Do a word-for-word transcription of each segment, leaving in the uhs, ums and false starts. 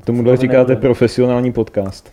Tomuhle říkáte profesionální podcast.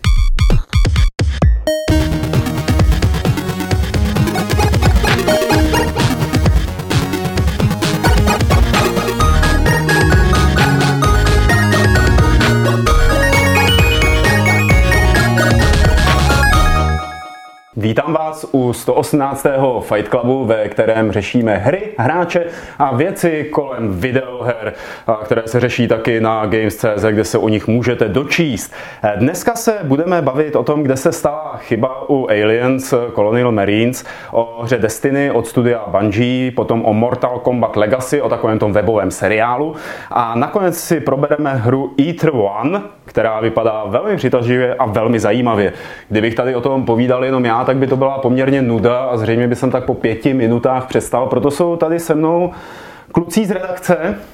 Vítám vás u sto osmnáctého Fight Clubu, ve kterém řešíme hry, hráče a věci kolem videoher, které se řeší taky na Games tečka cé zet, kde se o nich můžete dočíst. Dneska se budeme bavit o tom, kde se stala chyba u Aliens Colonial Marines, o hře Destiny od studia Bungie, potom o Mortal Kombat Legacy, o takovém tom webovém seriálu a nakonec si probereme hru Ether One, která vypadá velmi přitažlivě a velmi zajímavě. Kdybych tady o tom povídal jenom já, tak by to byla poměrně nuda a zřejmě by jsem tak po pěti minutách přestal. Proto jsou tady se mnou kluci z redakce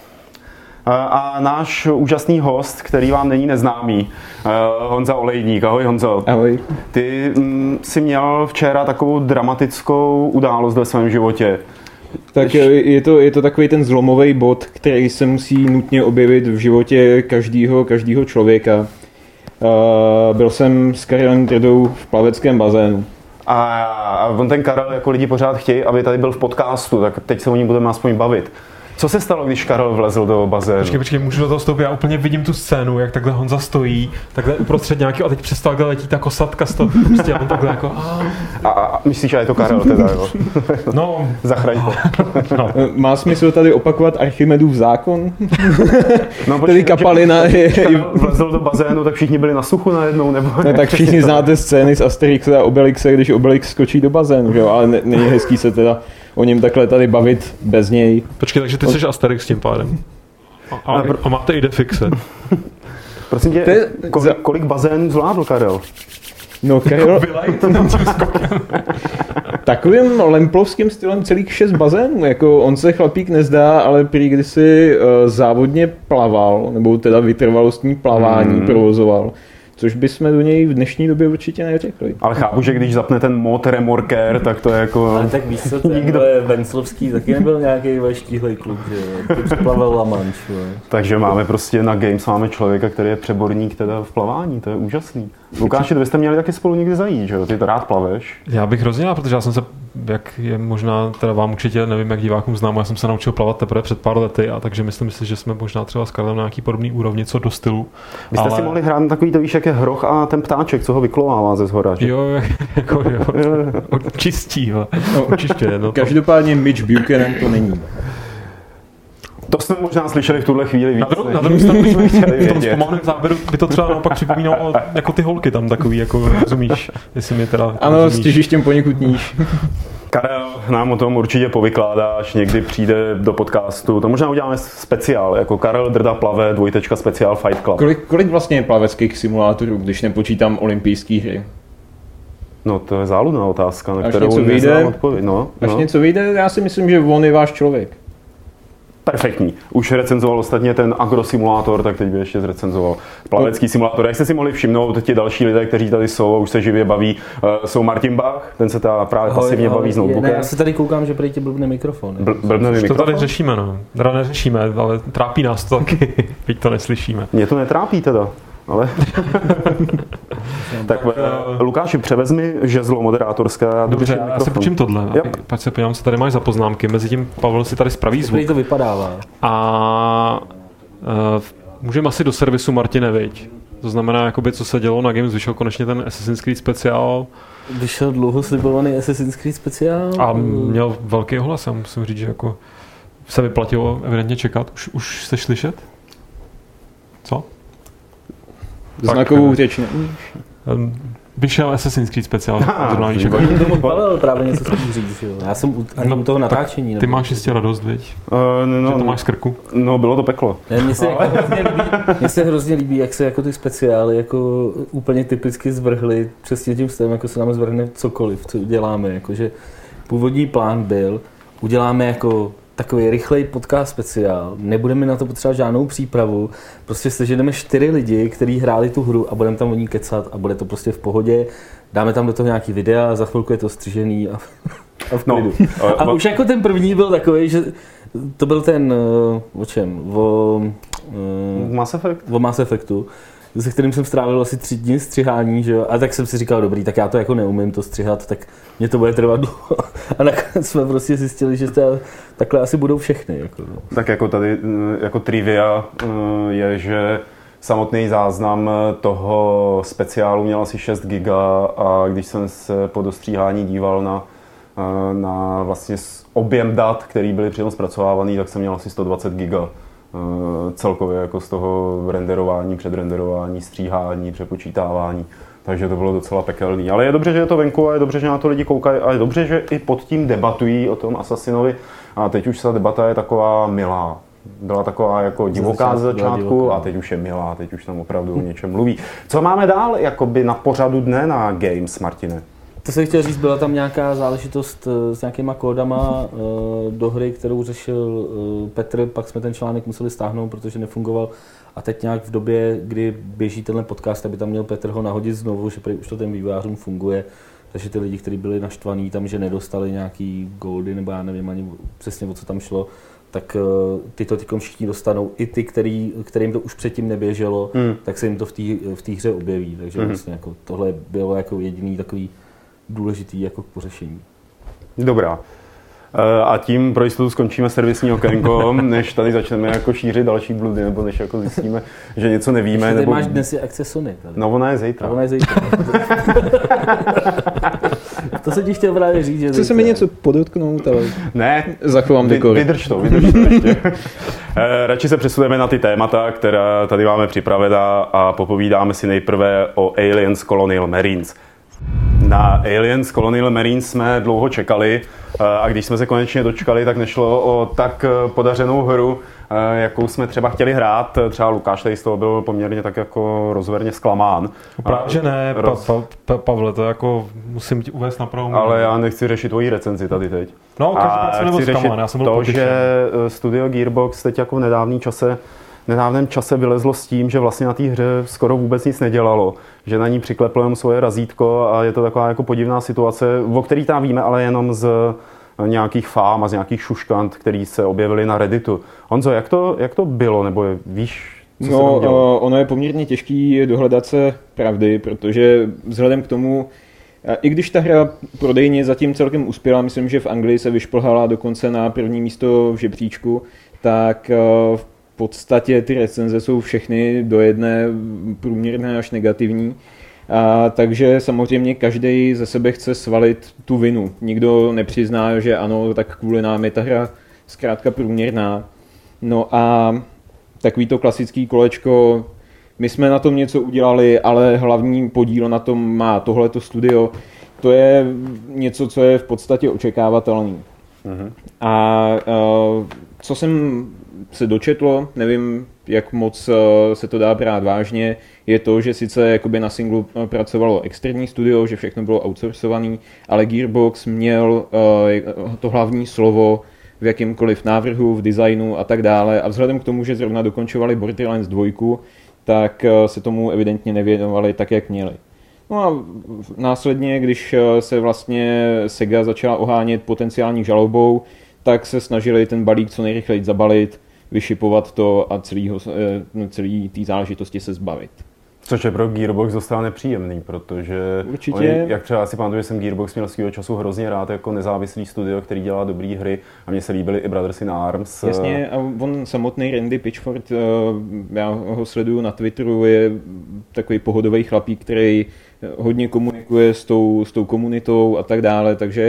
a náš úžasný host, který vám není neznámý, Honza Olejník. Ahoj Honzo. Ahoj. Ty mm, jsi měl včera takovou dramatickou událost ve svém životě. Tak je to, je to takový ten zlomový bod, který se musí nutně objevit v životě každého každého člověka. Uh, byl jsem s Karelem Drdou v plaveckém bazénu. A, a on ten Karel, jako lidi pořád chtějí, aby tady byl v podcastu, tak teď se o ní budeme aspoň bavit. Co se stalo, když Karel vlezl do bazénu? Počkej, počkej, můžu do toho vstoupit, já úplně vidím tu scénu, jak takhle Honza stojí, takhle uprostřed nějaký, a teď přestal, kde letí ta kosatka z toho, prostě a on takhle jako... A, a myslíš, že je to Karel teda, jo? No... Zachraň to. No. Má smysl tady opakovat Archimedův zákon? No, Tedy kapalina je... Když vlezl do bazénu, tak všichni byli na suchu najednou, nebo... No, tak všichni znáte scény z Asterixe a Obelixe, když Obelix skočí do bazénu, že jo? Ale ne, není hezký se teda o něm takhle tady bavit bez něj. Počkej, takže ty jsi Asterix tím pádem. A, a, a máte Idefixe. Prosím tě, je, kolik, kolik bazénů zvládl Karel? No Karel... Takovým lemplovským stylem celých šest bazénů. Jako on se chlapík nezdá, ale prý kdysi uh, závodně plaval, nebo teda vytrvalostní plavání hmm. provozoval. Což bychom do něj v dnešní době určitě neřekli. Ale chápu, že když zapne ten mod remorker, tak to je jako... Ale tak víš co, nikdo... Venclovský taky nebyl nějaký štíhlej kluk, že jo? Ty přeplavel La Manche, jo? Takže máme prostě na Games máme člověka, který je přeborník teda v plavání, to je úžasný. Lukáši, to byste měli taky spolu někdy zajít, že jo? Ty to rád plaveš. Já bych hrozně rád, protože já jsem se, jak je možná, teda vám určitě, nevím, jak divákům znám, já jsem se naučil plavat teprve před pár lety, a takže myslím si, že jsme možná třeba s Karlem na nějaký podobný úrovni, co do stylu. Vy jste ale... si mohli hrát na takový, to víš, jak je hroch a ten ptáček, co ho vyklovává ze zhora, že? Jo, jako jo, čistí, no, určitě. No, každopádně Mitch Buchanan to není. To jsme možná slyšeli v tuhle chvíli víc. Na druhou, na druhou stranu jsme chtěli v tom zpomalném záběru by to třeba naopak připomínalo jako ty holky tam takový, jako rozumíš, jestli mi teda... Ano, rozumíš. S těžištěm poněkud níž. Karel nám o tom určitě povykládá, až někdy přijde do podcastu. To možná uděláme speciál, jako Karel Drda plave, dvojtečka speciál Fight Club. Kolik, kolik vlastně je plaveckých simulátorů, když nepočítám olympijský hry? No to je záludná otázka, na až kterou neznám odpověď. No, až no. něco vyjde, já si myslím, že on je váš člověk. Perfektní. Už recenzoval ostatně ten agrosimulátor, tak teď by ještě zrecenzoval plavecký simulátor. Jak jste si mohli všimnout, ti další lidé, kteří tady jsou a už se živě baví, jsou Martin Bach, ten se ta právě ahoj, pasivně ahoj, baví s notebookem. Já se tady koukám, že prý ti blbne mikrofon. Bl- blbne mikrofon? To tady řešíme, no. Teda neřešíme, ale trápí nás to taky, teď to neslyšíme. Mě to netrápí teda. Ale... tak uh, Lukáši, převezmi žezlo moderátorské. Dobře, já si počím tohle. Yep. Pak se podívám, co tady máš za poznámky. Mezitím Pavel si tady spraví zvuk. to vypadává. A uh, můžeme asi do servisu, Martine, viď? To znamená, jakoby, co se dělo na Games, vyšel konečně ten Assassin's Creed speciál. Vyšel dlouho slibovaný Assassin's Creed speciál. A měl velký ohlas, já musím říct, že jako se vyplatilo evidentně čekat. Už, už jste slyšet? Co? Znakovou řeč. Vyšel Assassin's Creed speciál. Pavel právě něco chtěl říct, jo. Já jsem u, ani no, u toho natáčení. Ty máš jistě radost, viď? Uh, no, že to máš z krku? No, bylo to peklo. Mně se, jako hrozně líbí, mně se hrozně líbí, jak se jako ty speciály jako úplně typicky zvrhly přesně tím stylem, jako se nám zvrhne cokoliv, co uděláme. Jakože původní plán byl, uděláme jako takový rychlej podcast speciál, nebudeme na to potřebovat žádnou přípravu, prostě seženeme čtyři lidi, kteří hráli tu hru a budeme tam o ní kecat a bude to prostě v pohodě, dáme tam do toho nějaký videa, za chvilku je to střižený a, a v klidu. No, a už jako ten první byl takový, že to byl ten, o čem, o, Mass Effect? o Mass Effectu, se kterým jsem strávil asi tři dny střihání, že jo, a tak jsem si říkal, dobrý, tak já to jako neumím to střihat, tak mě to bude trvat dlouho. A nakonec jsme prostě zjistili, že to, takhle asi budou všechny. Jako, no. Tak jako tady, jako trivia je, že samotný záznam toho speciálu měl asi šest giga a když jsem se po dostříhání díval na, na vlastně objem dat, který byly přitom zpracovávaný, tak jsem měl asi sto dvacet giga celkově jako z toho renderování, předrenderování, stříhání, přepočítávání. Takže to bylo docela pekelný. Ale je dobře, že je to venku a je dobře, že na to lidi koukají a je dobře, že i pod tím debatují o tom Assassinovi. A teď už ta debata je taková milá. Byla taková jako divoká z začátku a teď už je milá, teď už tam opravdu o něčem mluví. Co máme dál jakoby na pořadu dne na Games, Martine? To jsem chtěl říct, byla tam nějaká záležitost s nějakýma kódama do hry, kterou řešil Petr, pak jsme ten článek museli stáhnout, protože nefungoval. A teď nějak v době, kdy běží tenhle podcast, aby tam měl Petr ho nahodit znovu, že už to ten vývojářům funguje. Takže ty lidi, kteří byli naštvaní tam, že nedostali nějaký goldy, nebo já nevím ani přesně o co tam šlo, tak ty to tykom všichni dostanou. I ty, který, kterým to už předtím neběželo, hmm. tak se jim to v té v té hře objeví. Takže hmm. vlastně jako tohle bylo jako jediný takový důležitý jako k pořešení. Dobrá. A tím pro jistotu skončíme servisní okénko, než tady začneme jako šířit další bludy, nebo než jako zjistíme, že něco nevíme. Ještě nebo... máš dnes je akce Sony. Tady. No ona je zítra. Ona je zítra. To se ti chtěl právě říct, že Chce se mi něco podotknout, ale ne, zachovám dekor. Vydrž to, vydrž to ještě. Radši se přesuneme na ty témata, která tady máme připravená a popovídáme si nejprve o Aliens Colonial Marines. Na Aliens Colonial Marines jsme dlouho čekali a když jsme se konečně dočkali, tak nešlo o tak podařenou hru, jakou jsme třeba chtěli hrát. Třeba Lukáš tady z toho byl poměrně tak jako rozverně zklamán. Právě že ne, Roz... pa, pa, Pavle, to jako musím ti uvést na pravou. Ale já nechci řešit tvoji recenzi tady teď. No, každý nebyl zklamán, já jsem byl to, potěšen. že studio Gearbox teď jako v nedávný čase V nedávném čase vylezlo s tím, že vlastně na té hře skoro vůbec nic nedělalo, že na ní přikleplo jenom svoje razítko a je to taková jako podivná situace, o který tam víme, ale jenom z nějakých fám a z nějakých šuškant, který se objevily na Redditu. Honzo, jak to, jak to bylo, nebo víš, co no, se tam dělo? Ono je poměrně těžký dohledat se pravdy, protože vzhledem k tomu, i když ta hra prodejně zatím celkem uspěla, myslím, že v Anglii se vyšplhala dokonce na první místo v žebříčku, tak v V podstatě ty recenze jsou všechny do jedné průměrné až negativní, a takže samozřejmě každý ze sebe chce svalit tu vinu. Nikdo nepřizná, že ano, tak kvůli nám je ta hra zkrátka průměrná. No a takový to klasický kolečko, my jsme na tom něco udělali, ale hlavní podíl na tom má tohleto studio. To je něco, co je v podstatě očekávatelný. Mhm. A uh, co jsem se dočetlo, nevím, jak moc se to dá brát vážně, je to, že sice jakoby na singlu pracovalo externí studio, že všechno bylo outsourcované, ale Gearbox měl to hlavní slovo v jakýmkoliv návrhu, v designu a tak dále. A vzhledem k tomu, že zrovna dokončovali Borderlands dva, tak se tomu evidentně nevěnovali tak, jak měli. No a následně, když se vlastně Sega začala ohánět potenciální žalobou, tak se snažili ten balík co nejrychleji zabalit, vyšipovat to a celýho, celý té záležitosti se zbavit. Což je pro Gearbox dostal nepříjemný, protože určitě. Oni, jak třeba si pamatuju, že jsem Gearbox měl svýho času hrozně rád jako nezávislý studio, který dělá dobré hry a mně se líbily i Brothers in Arms. Jasně, a on samotný Randy Pitchford, já ho sleduju na Twitteru, je takový pohodový chlapík, který hodně komunikuje s tou, s tou komunitou a tak dále, takže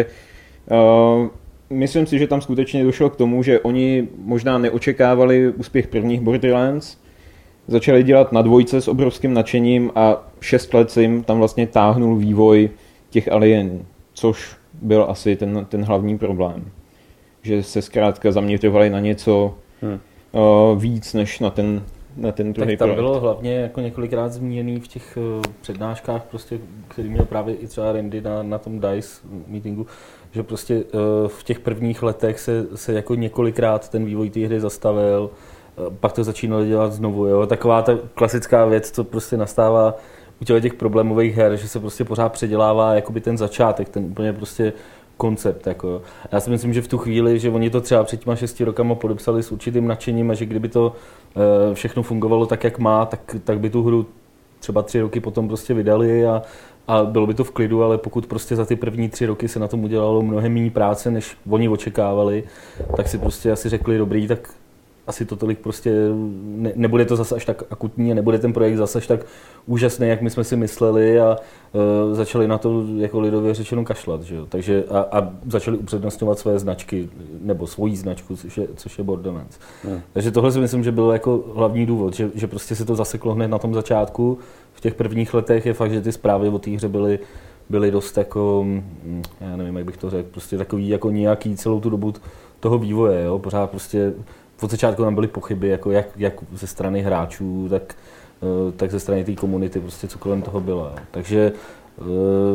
uh, myslím si, že tam skutečně došlo k tomu, že oni možná neočekávali úspěch prvních Borderlands, začali dělat na dvojce s obrovským nadšením a šest let se jim tam vlastně táhnul vývoj těch Alienů, což byl asi ten, ten hlavní problém. Že se zkrátka zaměřovali na něco hmm. uh, víc než na ten, na ten druhý projekt. Tak tam bylo hlavně jako několikrát zmíněný v těch uh, přednáškách, prostě, který měl právě i třeba Randy na, na tom DICE meetingu, že prostě uh, v těch prvních letech se, se jako několikrát ten vývoj té hry zastavil, uh, pak to začínali dělat znovu. Jo? Taková ta klasická věc, co prostě nastává u těch problémových her, že se prostě pořád předělává jakoby ten začátek, ten úplně prostě koncept. Jako. Já si myslím, že v tu chvíli, že oni to třeba před těma šesti rokama podepsali s určitým nadšením a že kdyby to uh, všechno fungovalo tak, jak má, tak, tak by tu hru třeba tři roky potom prostě vydali a, a bylo by to v klidu, ale pokud prostě za ty první tři roky se na tom udělalo mnohem méně práce, než oni očekávali, tak si prostě asi řekli dobrý, tak asi to tolik prostě, ne, nebude to zase až tak akutní, nebude ten projekt zase až tak úžasný, jak my jsme si mysleli a uh, začali na to jako lidově řečeno kašlat, že jo? Takže a, a začali upřednostňovat své značky, nebo svoji značku, což je, což je Borderlands. Hmm. Takže tohle si myslím, že byl jako hlavní důvod, že, že prostě se to zaseklo hned na tom začátku. V těch prvních letech je fakt, že ty zprávy o té hře byly, byly dost jako, já nevím, jak bych to řekl, prostě takový jako nějaký celou tu dobu toho vývoje, jo? Pořád prostě od začátku tam byly pochyby, jako jak, jak ze strany hráčů, tak, tak ze strany té komunity, prostě co kolem toho byla. Takže uh,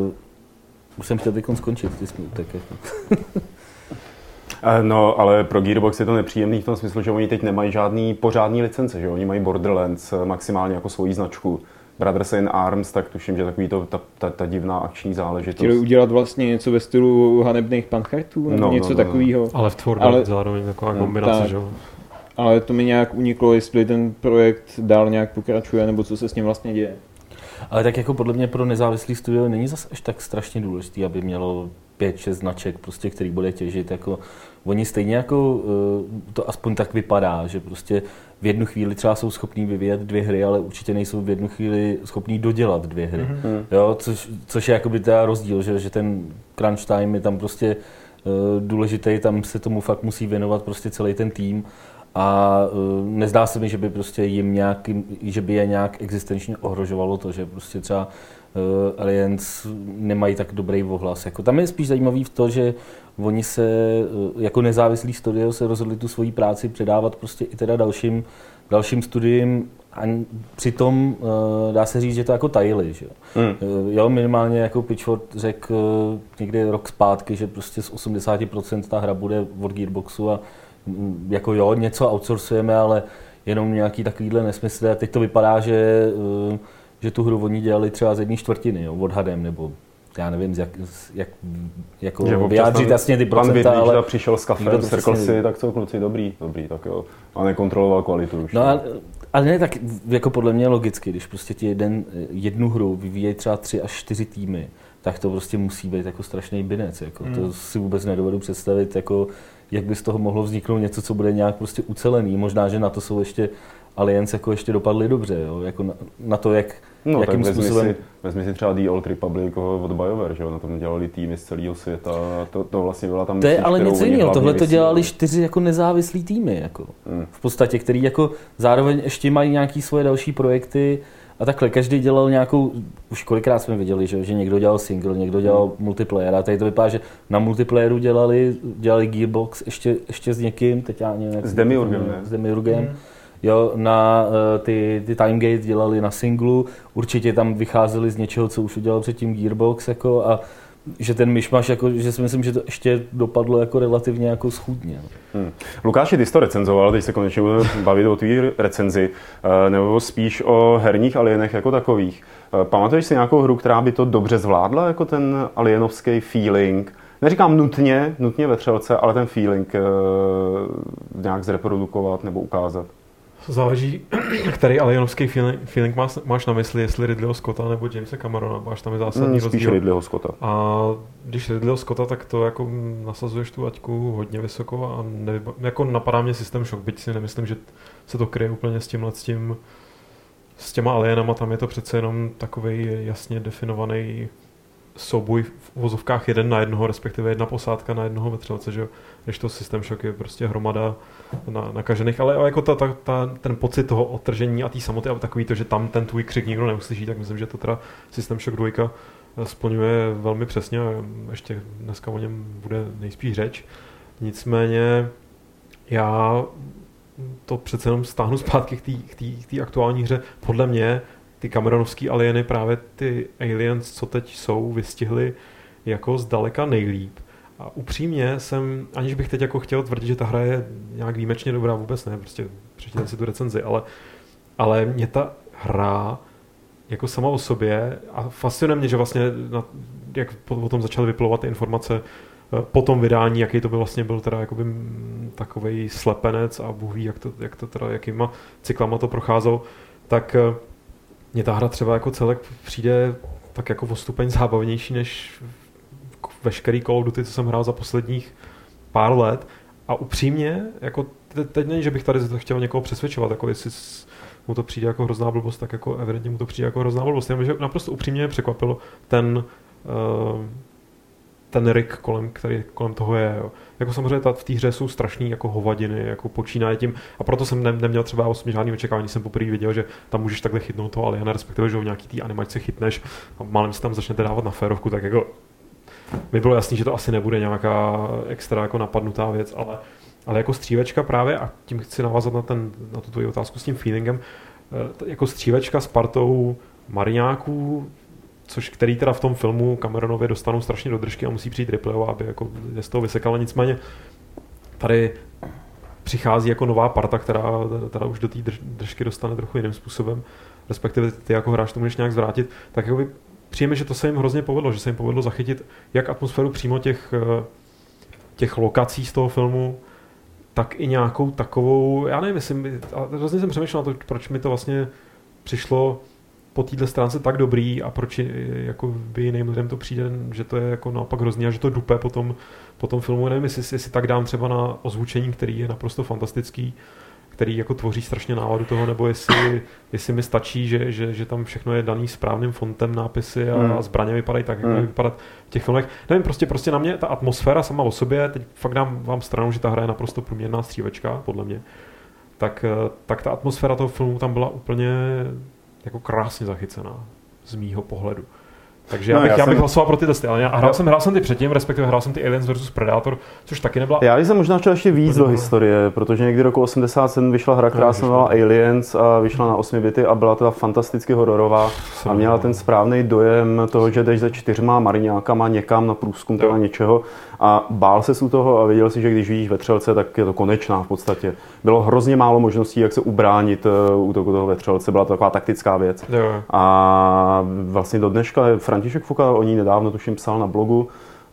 už jsem chtěl teď skončit ty smutek. Jako. No, ale pro Gearbox je to nepříjemný v tom smyslu, že oni teď nemají žádný pořádný licence, že oni mají Borderlands maximálně jako svoji značku. Brothers in Arms, tak tuším, že takový to, ta, ta, ta divná akční záležitost. Chtěli udělat vlastně něco ve stylu hanebných panchartů, nebo no, něco no, no, takového. Ale v tvorbě ale zároveň taková kombinace, no, že jo? Ale to mi nějak uniklo, jestli ten projekt dál nějak pokračuje, nebo co se s ním vlastně děje. Ale tak jako podle mě pro nezávislý studio není zase až tak strašně důležitý, aby mělo pět šest značek, prostě, který bude těžit. Jako, oni stejně jako, to aspoň tak vypadá, že prostě v jednu chvíli třeba jsou schopní vyvíjet dvě hry, ale určitě nejsou v jednu chvíli schopní dodělat dvě hry. Mm-hmm. Jo, což, což je jakoby teda rozdíl, že, že ten crunch time je tam prostě uh, důležitý, tam se tomu fakt musí věnovat prostě celý ten tým. A uh, nezdá se mi, že by prostě jim nějak, že by je nějak existenčně ohrožovalo to, že prostě třeba uh, Aliens nemají tak dobrý ohlas. Jako, tam je spíš zajímavý v to, že oni se uh, jako nezávislý studio se rozhodli tu svoji práci předávat prostě i teda dalším, dalším studiím a přitom uh, dá se říct, že to jako tajili. Že? Mm. Uh, jo, minimálně jako Pitchford řekl uh, někdy rok zpátky, že prostě z osmdesát procent ta hra bude od Gearboxu a jako jo, něco outsourcujeme, ale jenom nějaký takovýhle nesmysly. A teď to vypadá, že, že tu hru oni dělali třeba z jedné čtvrtiny, jo, odhadem, nebo já nevím, jak, jak jako vyjádřit jasně ty procenta, pan ale... Pan přišel s kafem, srkl si, tak co kluci, dobrý, dobrý, tak jo. A nekontroloval kvalitu už. No, ale, ale ne, tak jako podle mě logicky, když prostě ti jeden, jednu hru vyvíjejí třeba tři až čtyři týmy, tak to prostě musí být jako strašný binec. Jako. Hmm. To si vůbec nedovedu představit, jako, jak by z toho mohlo vzniknout něco, co bude nějak prostě ucelený. Možná, že na to jsou ještě Aliens jako ještě dopadly dobře, jo? Jako na, na to, jak, no, jakým tak způsobem... Si, vezmi si třeba The Old Republic od BioWare, že jo? Na tom dělali týmy z celého světa. To, to vlastně byla tam... To je ale nic jiného. Tohle to dělali čtyři jako nezávislý týmy, jako. Hmm. V podstatě, který jako zároveň ještě mají nějaký svoje další projekty. A takhle, každý dělal nějakou, už kolikrát jsme viděli, že, že někdo dělal single, někdo dělal hmm. multiplayer a tady to vypadá, že na multiplayeru dělali, dělali Gearbox ještě, ještě s někým, teď já nevím, s Demiurgem, ne? S Demiurgem. Hmm. Jo, na uh, ty, ty Timegate dělali na singlu, určitě tam vycházeli z něčeho, co už udělal předtím Gearbox, jako, a že ten myšmaš, jako, že si myslím, že to ještě dopadlo jako relativně jako schůdně. Hmm. Lukáši, ty jsi to recenzoval, teď se konečně budeme bavit o tvý recenzi, nebo spíš o herních alienech jako takových. Pamatuješ si nějakou hru, která by to dobře zvládla, jako ten alienovský feeling? Neříkám nutně, nutně ve třelce, ale ten feeling nějak zreprodukovat nebo ukázat? Záleží, který alienovský feeling, feeling máš, máš na mysli, jestli Ridleyho Scotta nebo Jamesa Camerona, máš tam je zásadní hmm, rozdíl. Spíš Ridleyho Scotta. A když Ridleyho Scotta, tak to jako nasazuješ tu laťku hodně vysoko a nevyba, jako napadá mě System Shock, byť si nemyslím, že se to kryje úplně s tímhle, s tím, s těma alienama, tam je to přece jenom takovej jasně definovaný souboj v vozovkách jeden na jednoho, respektive jedna posádka na jednoho vetřelce, že když to System Shock je prostě hromada na, nakažených, ale jako ta, ta, ta, ten pocit toho odtržení a té samoty a takový to, že tam ten tvůj křik nikdo neuslyší, tak myslím, že to teda System Shock dva splňuje velmi přesně a ještě dneska o něm bude nejspíš řeč. Nicméně já to přece jenom stáhnu zpátky k té aktuální hře. Podle mě ty Cameronovský alieny, právě ty aliens, co teď jsou, vystihly jako zdaleka nejlíp. A upřímně jsem, aniž bych teď jako chtěl tvrdit, že ta hra je nějak výjimečně dobrá, vůbec ne, prostě přečtěte si tu recenzi, ale, ale mě ta hra jako sama o sobě a fascinuje mě, že vlastně na, jak potom začaly vyplovat ty informace po tom vydání, jaký to by vlastně byl teda jakoby takovej slepenec a Bůh ví, jak to, jak to teda, jakýma cyklama to procházelo, tak Mně ta hra třeba jako celek přijde tak jako o stupeň zábavnější než veškerý Call of Duty, co jsem hrál za posledních pár let. A upřímně, jako teď není, že bych tady chtěl někoho přesvědčovat, jako jestli mu to přijde jako hrozná blbost, tak jako evidentně mu to přijde jako hrozná blbost. Jenom, že naprosto upřímně mě překvapilo ten, uh, ten rig, kolem, který kolem toho je. Jo. Jako samozřejmě ta, v té hře jsou strašný jako hovadiny, jako počínaje tím. A proto jsem ne, neměl třeba osobně žádný očekávání, jsem poprvé viděl, že tam můžeš takhle chytnout toho aliena, respektive, že ho v nějaký té animaci chytneš a málem se tam začnete dávat na férovku, tak jako mi bylo jasný, že to asi nebude nějaká extra jako napadnutá věc, ale Ale jako střívečka právě, a tím chci navázat na, ten, na tu tvoji otázku s tím feelingem, jako střívečka s partou mariňáků, což který teda v tom filmu Cameronově dostanou strašně do držky a musí přijít Ripleyová, aby jako z toho vysekala. Nicméně tady přichází jako nová parta, která teda už do té držky dostane trochu jiným způsobem, respektive ty jako hráč to můžeš nějak zvrátit, tak jako by přijeme, že to se jim hrozně povedlo, že se jim povedlo zachytit jak atmosféru přímo těch, těch lokací z toho filmu, tak i nějakou takovou, já nevím, jestli, hrozně jsem přemýšlel na to, proč mi to vlastně přišlo po této stránce tak dobrý a proč jako by jiným lidem to přijde, že to je jako naopak hrozný a že to dupe po tom, po tom filmu. Nevím, jestli, jestli tak dám třeba na ozvučení, který je naprosto fantastický, který jako tvoří strašně náladu toho, nebo jestli, jestli mi stačí, že, že, že tam všechno je daný správným fontem, nápisy a, mm. a zbraně vypadají tak, jak mm. vypadat v těch filmech. Nevím, prostě, prostě na mě ta atmosféra sama o sobě, teď fakt dám vám stranou, že ta hra je naprosto průměrná střívečka, podle mě, tak, tak ta atmosféra toho filmu tam byla úplně jako krásně zachycená z mýho pohledu. Takže no, já bych, já já bych jsem... hlasoval pro ty testy, ale já hrál, no. jsem, hrál jsem ty předtím, respektive hrál jsem ty Aliens versus Predator, což taky nebyla... Já jsem možná chtěl ještě víc do historie, protože někdy roku osmdesát sedm vyšla hra, která se jmenovala Aliens a vyšla na osmi bity a byla teda fantasticky hororová a měla ten správný dojem toho, že jdeš se čtyřma mariňákama někam na průzkum teda něčeho a bál se u toho a věděl si, že když vidíš vetřelce, tak je to konečná v podstatě. Bylo hrozně málo možností, jak se ubránit útoku toho vetřelce, byla to taková taktická věc. Jo. A vlastně do dneška František Fuka o ní nedávno tuším psal na blogu,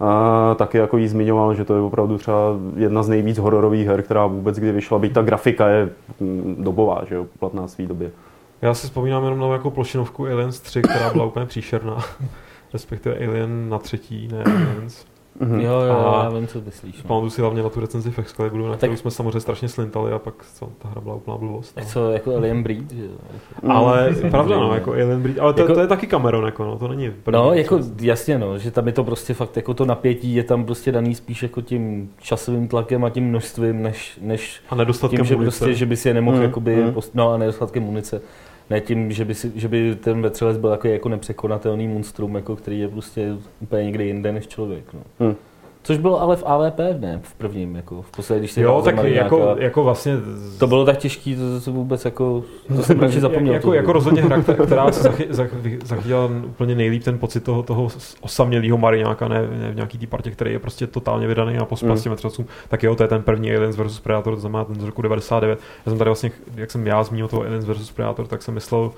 a taky jako jí zmiňoval, že to je opravdu třeba jedna z nejvíc hororových her, která vůbec kdy vyšla, byť ta grafika je dobová, že jo, platná svý době. Já si vzpomínám jenom na jako plošinovku Aliens tři, která byla úplně příšerná, respektive Alien na třetí, ne Aliens. Mm-hmm. Jo, jo, a já vím, co myslíš. Pamatuju si hlavně na tu recenzi v Excaliburu, na kterou tak... jsme samozřejmě strašně slintali a pak co, ta hra byla úplná blbost. Tak co, jako Alien Breed, že jo? Ale pravda, no, jako Alien Breed, ale to, jako... to je taky Cameron, jako no, to není... No, jako jasně, no, že tam je to prostě fakt, jako to napětí je tam prostě daný spíš jako tím časovým tlakem a tím množstvím, než, než a nedostatkem tím, že munice. prostě, že by si je nemohl, mm, jakoby, mm. post... no a nedostatkem munice. Ne tím, že by, si, že by ten vetřelec byl jako, jako nepřekonatelný monstrum, jako, který je prostě úplně někde jinde než člověk, no. Mm. Což bylo ale v A V P, ne? V prvním, jako v poslední, když si jo, tak jako, jako vlastně... To bylo tak těžký, to, to vůbec jako... To jsem radši zapomněl. Jako, jako rozhodně hra, která se zachy, zachy, zachytila úplně nejlíp ten pocit toho, toho osamělého mariňáka, ne, ne v nějaký té partě, který je prostě totálně vydaný a pospas mm. těm vetřelcům. Tak jo, to je ten první Aliens versus Predator, to znamená ten z roku devadesát devět. Já jsem tady vlastně, jak jsem já zmínil toho Aliens versus Predator, tak jsem myslel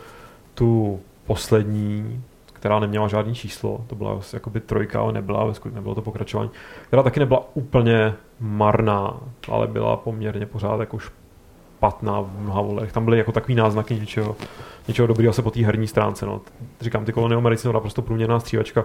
tu poslední, která neměla žádný číslo, to byla jakoby trojka, ale nebyla, nebylo to pokračování, která taky nebyla úplně marná, ale byla poměrně pořád jako špatná v mnoha volech. Tam byly jako takový náznaky něčeho, něčeho dobrého se po té herní stránce. No. Říkám, ty Colony of Marines jsou naprosto průměrná střívačka,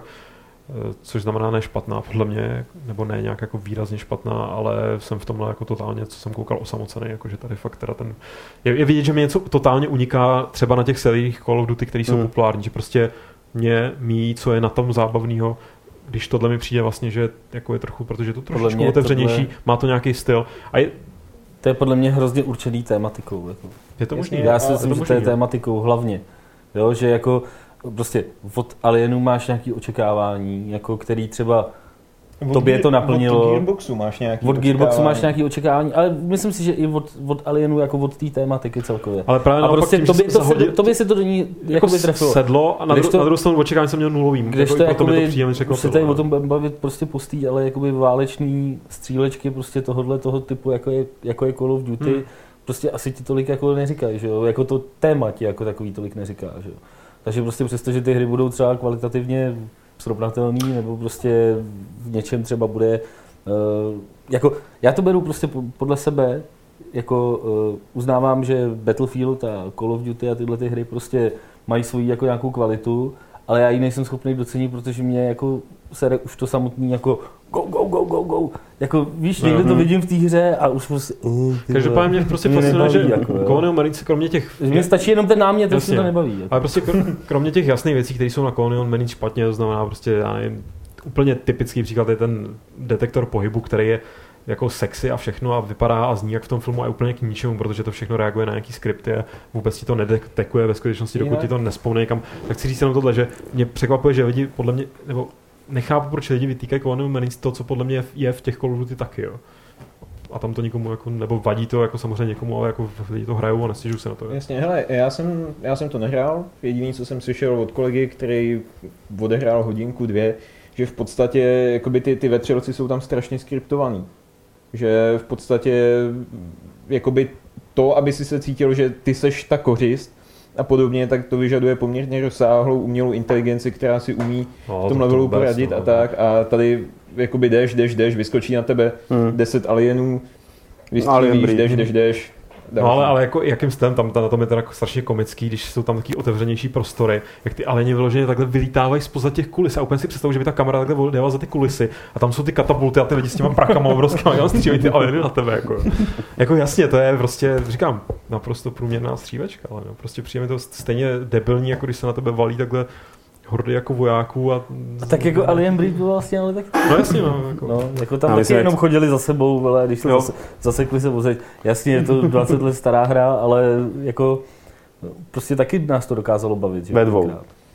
což znamená ne špatná podle mě, nebo ne nějak jako výrazně špatná, ale jsem v tomhle jako totálně, co jsem koukal, osamocený, jakože tady fakt teda ten... Je, je vidět, že mi něco totálně uniká třeba na těch sériích Call of Duty, které jsou hmm. populární, že prostě mě míjí, co je na tom zábavného, když tohle mi přijde vlastně, že jako je trochu, protože je to trošičku otevřenější, tohle... má to nějaký styl. A je... To je podle mě hrozně určený tématikou. Jako. Je to možný? Já si myslím, že to je tématikou hlavně. Jo, že jako prostě od Alienů máš nějaké očekávání, jako který třeba od tobě to naplnilo. Od Gearboxu máš nějaký Od Gearboxu máš nějaké očekávání, ale myslím si, že i od, od Alienů jako od té tématiky celkově. Ale právě a prostě tím, tobě, to zahodil, se, tobě se to do ní jako trefilo. Sedlo a na, dru, to, na druhou stranu očekávání jsem měl nulový. Když to jakoby, už se tady o tom bavit prostě postý, ale jakoby válečný střílečky prostě tohohle toho typu, jako je, jako je Call of Duty, hmm. prostě asi ti tolik jako neříkají, že jo? Jako to téma ti jako takový tolik neříká, že jo? Takže prostě přesto, že ty hry budou třeba kvalitativně srovnatelný, nebo prostě v něčem třeba bude, uh, jako, já to beru prostě podle sebe, jako uh, uznávám, že Battlefield a Call of Duty a tyhle ty hry prostě mají svoji jako nějakou kvalitu, ale já ji nejsem schopný docenit, protože mě jako sere už to samotný jako go, go, go, go, go. Jako víš, někde to vidím v té hře a už prostě... Uh, Každopádně mě prostě fascinuje, že jako, Colonial Marines kromě těch... Mně stačí jenom ten námět, to se to nebaví. Jako. Ale prostě kromě těch jasných věcí, které jsou na Colonial Marines špatně, to znamená prostě, já nevím, úplně typický příklad je ten detektor pohybu, který je jako sexy a všechno a vypadá a zní jak v tom filmu a je úplně k ničemu, protože to všechno reaguje na nějaký skripty a vůbec ti to nedetekuje ve skutečnosti, dokud ti to nespomne někam. Tak chci říct jenom tohle, že mě překvapuje, že lidi podle mě, nebo nechápu, proč lidi vytýkají Colonial Marines to, co podle mě je v těch Call of Duty taky, jo. A tam to nikomu jako, nebo vadí to jako samozřejmě někomu, ale jako lidi to hrajou a nestěžují se na to. Jo. Jasně, hele, já jsem, já jsem to nehrál, jediný, co jsem slyšel od kolegy, který odehrál hodinku, dvě, že v podstatě jakoby ty, ty vetřelci jsou tam strašně skriptovaný. Že v podstatě jakoby to, aby si se cítil, že ty seš ta kořist a podobně, tak to vyžaduje poměrně rozsáhlou umělou inteligenci, která si umí no, v tom levelu poradit no. a tak. A tady jakoby jdeš, jdeš, jdeš, vyskočí na tebe hmm. deset alienů, vystřílíš, jdeš, jdeš, jdeš. No ale, ale jako, jakým stylem, tam na tom je teda strašně komický, když jsou tam taky otevřenější prostory, jak ty alieni vyloženě takhle vylítávají zpoza těch kulis a úplně si představuji, že by ta kamera takhle dělala za ty kulisy a tam jsou ty katapulty a ty lidi s těma prakama obrovskými a střívají ty alieny na tebe. Jako. jako jasně, to je prostě, říkám, naprosto průměrná střívečka, ale no, prostě přijeme to stejně debilní, jako když se na tebe valí takhle hordy jako vojáků a... a tak jako Alien Breed byl vlastně, ale tak... No jasně, no. Jako, no, jako tam taky jenom chodili za sebou, ale když se zase, zasekli se vozeť. Jasně, je to dvacet let stará hra, ale jako prostě taky nás to dokázalo bavit. Ve dvou.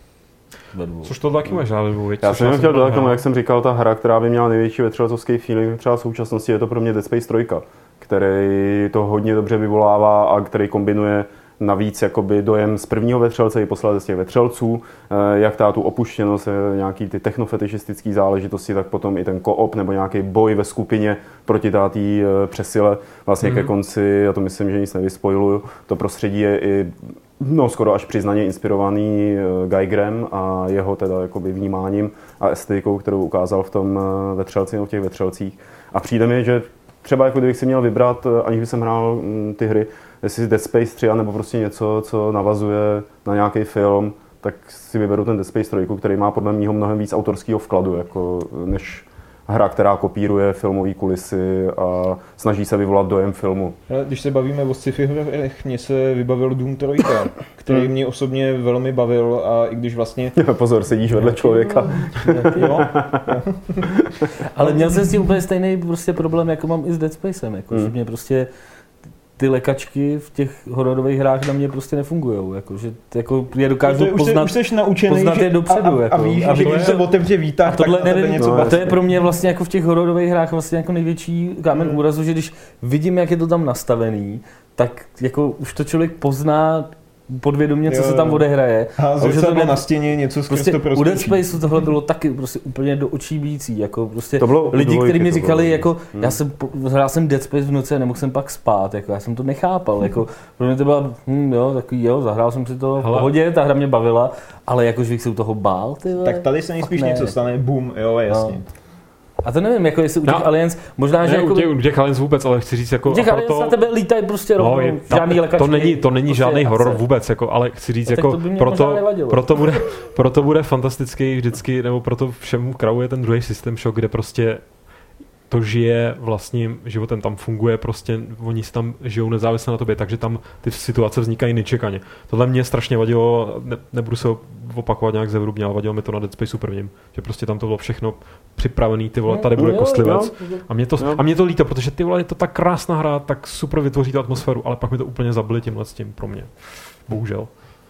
Ve dvou. Což to taky máš rád, věc. Já jsem chtěl dodat k tomu, jak jsem říkal, ta hra, která by měla největší vetřelcovský feeling třeba v současnosti, je to pro mě Dead Space tři, který to hodně dobře vyvolává a který kombinuje navíc jakoby dojem z prvního vetřelce i posledně z těch vetřelců, jak ta tu opuštěnost, nějaký ty technofetišistické záležitosti, tak potom i ten co-op nebo nějaký boj ve skupině proti tátý přesile. Vlastně mm-hmm. ke konci, já to myslím, že nic nevyspoiluju, to prostředí je i no, skoro až přiznaně inspirovaný Geigerem a jeho teda jakoby vnímáním a estetikou, kterou ukázal v tom vetřelci nebo v těch vetřelcích. A přijde mi, že třeba jako kdybych si měl vybrat, aniž bych jsem hrál ty hry, jestli Dead Space tři nebo prostě něco, co navazuje na nějaký film, tak si vyberu ten Dead Space tři, který má podle mého mnohem víc autorského vkladu, jako, než hra, která kopíruje filmové kulisy a snaží se vyvolat dojem filmu. Když se bavíme o sci-fi hrách, mně se vybavil Doom tři, který mě osobně velmi bavil a i když vlastně... Pozor, sedíš vedle člověka. Jo. Ale měl jsem s tím úplně stejný prostě problém, jako mám i s Dead Spacem, jako, hmm. že mě prostě ty lekačky v těch hororových hrách na mě prostě nefungujou, jako, že jako je dokážu už poznat, už jsi naučený, poznat je dopředu. A, a, jako, a víš, a že když se otevře výtah, tak na tebe něco no, to je pro mě vlastně jako v těch hororových hrách vlastně jako největší kámen hmm. úrazu, že když vidím, jak je to tam nastavený, tak jako už to člověk pozná podvědomě, co jo. se tam odehraje. A zrcadlo ne... na stěně, něco skrz prostě to proskočí. U Dead Spaceu tohle bylo taky prostě úplně do očí bíjící. Jako prostě lidi, kteří mi říkali, bylo. jako hmm. já jsem hrál jsem Dead Space v noci a nemohl jsem pak spát. Jako, já jsem to nechápal. Jako, pro mě to byla, hm, jo, takový, jo, zahrál jsem si to v pohodě, ta hra mě bavila, ale jakož bych se u toho bál, ty vole. Tak tady se nejspíš něco stane, boom, jo, jasně. No. A to nevím, jako jestli u těch no, Aliens, možná, že ne, jako... u těch, u těch Aliens vůbec, ale chci říct jako... U těch Aliens proto, na tebe lítají prostě rovnou, no, žádný lékačky. To není, to není prostě žádný horor vůbec, jako, ale chci říct, jako, proto, proto, bude, proto bude fantastický vždycky, nebo proto všemu krauje ten druhý systém shock, kde prostě to žije vlastním životem, tam funguje prostě, oni si tam žijou nezávisle na tobě, takže tam ty situace vznikají nečekaně. Tohle mě strašně vadilo, ne, nebudu se opakovat nějak zevrubně, ale vadilo mi to na Dead Spaceu prvním, že prostě tam to bylo všechno připravený, ty vole, tady bude kostlivec. A mě to, a mě to líto, protože ty vole, je to tak krásná hra, tak super vytvoří tu atmosféru, ale pak mi to úplně zabili tímhle s tím pro mě. Bohužel.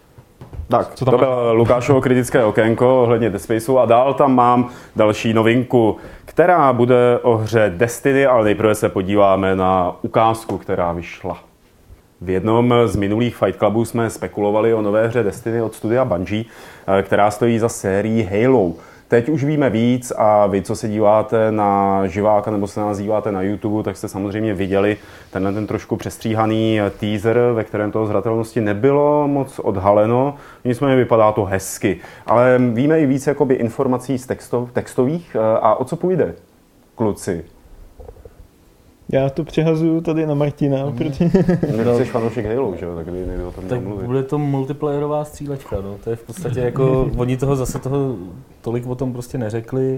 Tak, to bylo Lukášovo kritické okénko ohledně Dead Spaceu a dál tam mám další novinku, která bude o hře Destiny, ale nejprve se podíváme na ukázku, která vyšla. V jednom z minulých Fight Clubů jsme spekulovali o nové hře Destiny od studia Bungie, která stojí za sérií Halo. Teď už víme víc a vy, co se díváte na živáka nebo se nás díváte na YouTube, tak jste samozřejmě viděli tenhle ten trošku přestříhaný teaser, ve kterém toho zhratelnosti nebylo moc odhaleno. Nicméně vypadá to hezky. Ale víme i víc jakoby informací z textov, textových. A o co půjde, kluci? Já to přehazuju tady na Martina. Mm. Protože... Jsi fanoušek Halo, že jo? Tak nejde o tom tak mluvit. Bude to multiplayerová střílečka, no. To je v podstatě jako, oni toho zase toho tolik o tom prostě neřekli.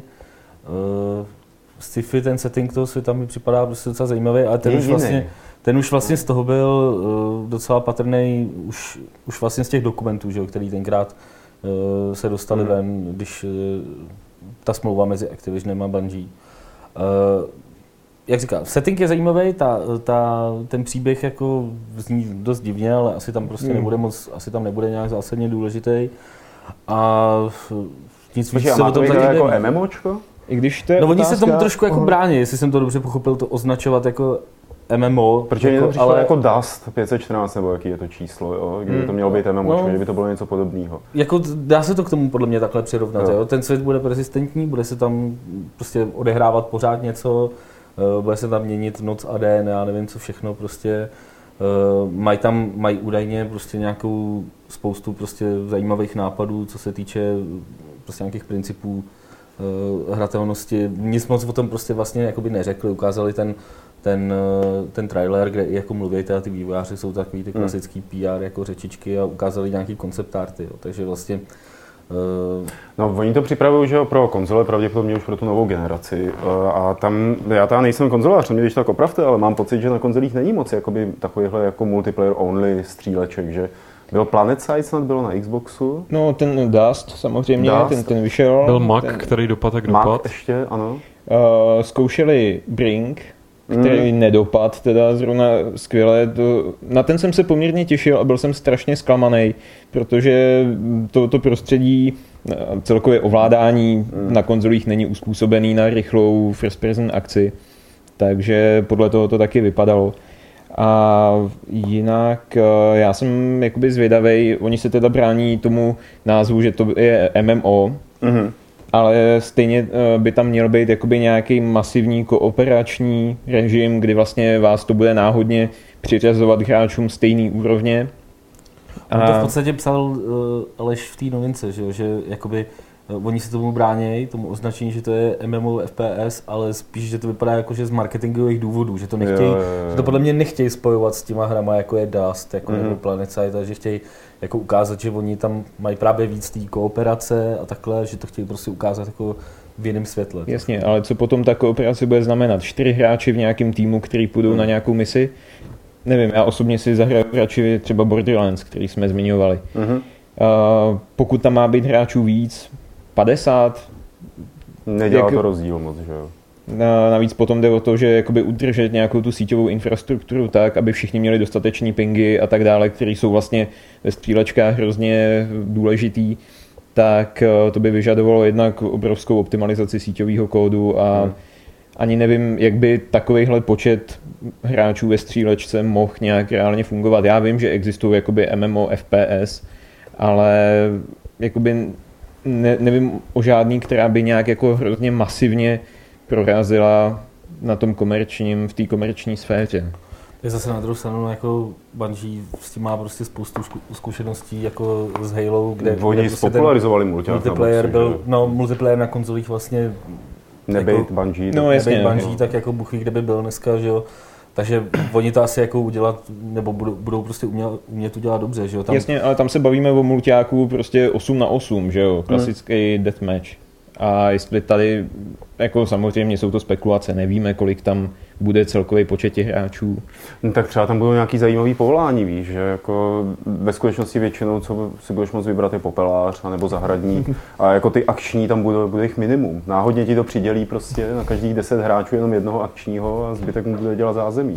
Uh, sci-fi, ten setting toho světa mi připadá prostě docela zajímavý, ale ten už vlastně, ten už vlastně z toho byl uh, docela patrný už, už vlastně z těch dokumentů, že jo, který tenkrát uh, se dostali hmm. ven, když uh, ta smlouva mezi Activisionem a Bungie. Uh, jak říkám, setting je zajímavý, ta, ta, ten příběh jako zní dost divně, ale asi tam prostě hmm. nebude moc, asi tam nebude nějak zásadně důležitý. A nic víc se o tom zatím jako MMOčko? I když to je no otázka... oni se tomu trošku jako brání, jestli jsem to dobře pochopil, to označovat jako M M O. Protože jako, mě to přišlo ale... jako Dust pět set čtrnáct, nebo jaký je to číslo, jo? Kdyby hmm. to mělo být MMOčko, no, kdyby to bylo něco podobného. Jako dá se to k tomu podle mě takhle přirovnat, jo. Jo? Ten svět bude persistentní, bude se tam prostě odehrávat pořád něco, bude se tam měnit noc a den, já nevím co všechno prostě. Mají tam, mají údajně prostě nějakou spoustu prostě zajímavých nápadů, co se týče prostě nějakých principů uh, hratelnosti. Nic moc o tom prostě vlastně jakoby neřekli, ukázali ten, ten, uh, ten trailer, kde i jako mluvíte a ty vývojáři jsou takový ty klasický P R jako řečičky a ukázali nějaký concept arty, jo. Takže vlastně Uh... No, oni to připravují, že jo, pro konzole, pravděpodobně už pro tu novou generaci. Uh, a tam, já tam nejsem konzolář, mě když tak opravte, ale mám pocit, že na konzolích není moc jakoby takovýhle jako multiplayer only stříleček, že byl PlanetSide, snad bylo na Xboxu. No, ten Dust samozřejmě, Dust. ten, ten vyšel. Byl Mac, ten... který dopad tak dopad. Mac ještě, ano. Uh, zkoušeli Brink, který mm. nedopad, teda zrovna skvěle. To, na ten jsem se poměrně těšil a byl jsem strašně zklamaný, protože to, to prostředí, celkově ovládání mm. na konzolích není uspůsobený na rychlou first person akci, takže podle toho to taky vypadalo. A jinak já jsem jakoby zvědavej, oni se teda brání tomu názvu, že to je M M O, mm. ale stejně by tam měl být jakoby nějaký masivní kooperační režim, kdy vlastně vás to bude náhodně přiřazovat hráčům stejný úrovně. A... On to v podstatě psal uh, Aleš v té novince, že, že jakoby uh, oni se tomu bránějí, tomu označení, že to je M M O F P S, ale spíš, že to vypadá jako, že z marketingových důvodů, že to nechtějí, jo, jo, jo. že to podle mě nechtějí spojovat s těma hrama, jako je Dust, jako mm-hmm. nebo PlanetSide, a že chtějí jako ukázat, že oni tam mají právě víc té kooperace a takhle, že to chtějí prostě ukázat jako v jiném světle. Jasně, ale co potom ta kooperace bude znamenat? Čtyři hráči v nějakém týmu, který půjdou hmm. na nějakou misi? Nevím, já osobně si zahraju radši třeba Borderlands, který jsme zmiňovali. Hmm. Uh, pokud tam má být hráčů víc, padesát? Nedělá jak... to rozdíl moc, že jo? Navíc potom jde o to, že jakoby udržet nějakou tu síťovou infrastrukturu tak, aby všichni měli dostatečný pingy a tak dále, které jsou vlastně ve střílečkách hrozně důležitý, tak to by vyžadovalo jednak obrovskou optimalizaci síťového kódu a hmm. ani nevím, jak by takovejhle počet hráčů ve střílečce mohl nějak reálně fungovat. Já vím, že existují jakoby M M O F P S, ale jakoby ne, nevím o žádný, která by nějak jako hrozně masivně prorazila na tom komerčním, v té komerční sféře. Je zase na druhou stranu jako Bungie s tím má prostě spoustu zkušeností jako s Halo, kde oni prostě spopularizovali multiplayer byl, no multiplayer na konzolích vlastně nebejt jako, Bungie, no, jasně, nebejt Bungie, tak jako buchy, kde by byl dneska, že jo. Takže oni to asi jako udělat, nebo budou, budou prostě umět, umět udělat dobře, že jo. Tam... Jasně, ale tam se bavíme o multiáku prostě osm na osm, že jo, klasický hmm. deathmatch. A jestli tady, jako samozřejmě jsou to spekulace, nevíme, kolik tam bude celkový počet těch hráčů. No, tak třeba tam budou nějaký zajímavý povolání, víš, že jako ve skutečnosti většinou, co si budeš moct vybrat, je popelář nebo zahradník a jako ty akční tam bude, bude jich minimum. Náhodně ti to přidělí prostě na každých deset hráčů jenom jednoho akčního a zbytek mu bude dělat zázemí.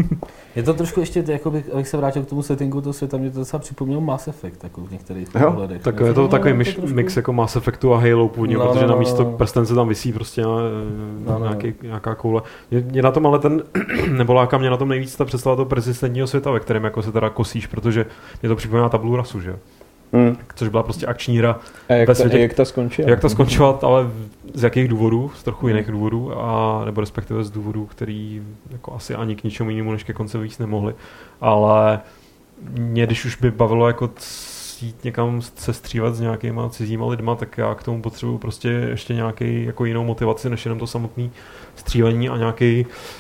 Je to trošku ještě, jakoby, abych se vrátil k tomu settingu toho světa, mě to docela připomnělo Mass Effect jako v některých ohledech. Tak je to no, takový myš, to trošku... mix jako Mass Effectu a Halo původně, no, protože na místo prstence tam visí prostě na, no, nějaký, no. nějaká koule. Je, je na tom ale ten, nebo láká mě na tom nejvíc ta představa toho persistentního světa, ve kterém jako se teda kosíš, protože mě to připomíná Tabula Rasu, že? Hmm. Což byla prostě akční hra. A jak, ta, světě, jak ta skončila? Jak ta skončila, ale z jakých důvodů, z trochu jiných důvodů, a nebo respektive z důvodů, který jako asi ani k ničemu jinému než ke konci víc nemohli. Ale mě, když už by bavilo jako jít někam se střívat s nějakýma cizíma lidma, tak já k tomu potřebuju prostě ještě nějaký jako jinou motivaci, než jenom to samotné střílení a nějaký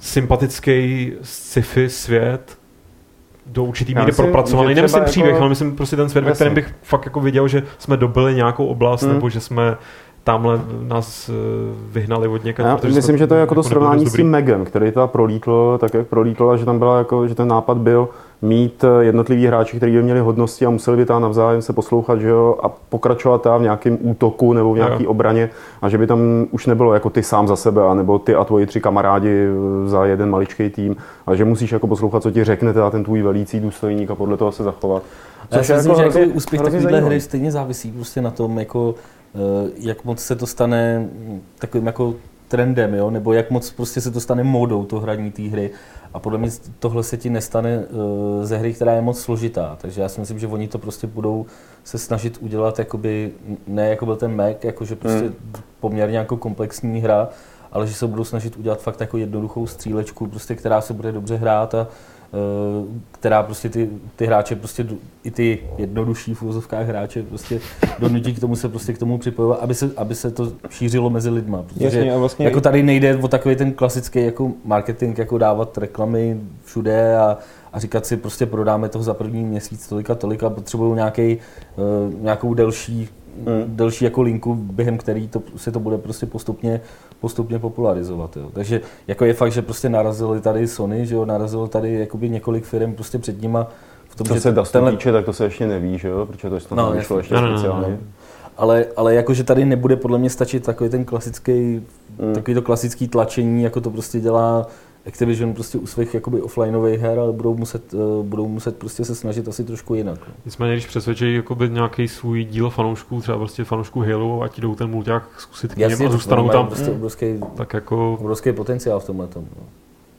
sympatický sci-fi svět, do určitý míry propracovaný. Nemyslím příběh, jako... ale myslím prostě ten svět, ve kterém bych fakt jako viděl, že jsme dobili nějakou oblast, hmm. nebo že jsme tamhle nás vyhnali od někaď. Já myslím, že to je jako to srovnání s tím Megem, který to prolítl, tak jak prolítl, a že tam byla jako, že ten nápad byl mít jednotlivý hráči, kteří by měli hodnosti a museli by tam navzájem se poslouchat, že jo, a pokračovat tam v nějakém útoku nebo v nějaké obraně, a že by tam už nebylo jako ty sám za sebe, a nebo ty a tvoji tři kamarádi za jeden maličký tým, ale že musíš jako poslouchat, co ti řekne teda ten tvůj velící důstojník, a podle toho se zachovat. Což já si myslím, jako že jako úspěch takovéhle hry stejně závisí prostě na tom, jako jak moc se to stane takovým jako trendem, jo? Nebo jak moc prostě se to stane módou, to hraní té hry. A podle mě tohle se ti nestane uh, ze hry, která je moc složitá. Takže já si myslím, že oni to prostě budou se snažit udělat, jakoby, ne jako byl ten Mac, jakože prostě hmm. poměrně jako komplexní hra, ale že se budou snažit udělat fakt jako jednoduchou střílečku, prostě, která se bude dobře hrát a která prostě ty, ty hráče, prostě i ty jednodušší v úvozovkách hráče prostě donutí k tomu se prostě k tomu připojovat, aby se, aby se to šířilo mezi lidma. Protože Jasně, vlastně jako tady nejde o takový ten klasický jako marketing, jako dávat reklamy všude a, a říkat si prostě prodáme toho za první měsíc tolika tolika, potřebují nějaký, uh, nějakou delší Hmm. delší jako linku, během který to, se to bude prostě postupně, postupně popularizovat. Jo. Takže jako je fakt, že prostě narazili tady Sony, že jo, narazilo tady jakoby několik firm prostě před nima. V tom, Co že se Dustu tenhle... týče, tak to se ještě neví, že jo, protože to, to no, nevyšlo ještě no, speciálně. No, no. Ale, ale jakože tady nebude podle mě stačit takový ten klasický, hmm. takový to klasický tlačení, jako to prostě dělá Activision prostě u svých jakoby offlineových her, ale budou muset, uh, budou muset prostě se snažit asi trošku jinak. No. Nicméně, když přesvědčí jakoby nějaký svůj díl fanoušků, třeba prostě fanoušků Halo, ať jdou ten mulťák zkusit k něm a zůstanou tam, prostě obrovský, tak jako... obrovský potenciál v tomhle tom. No.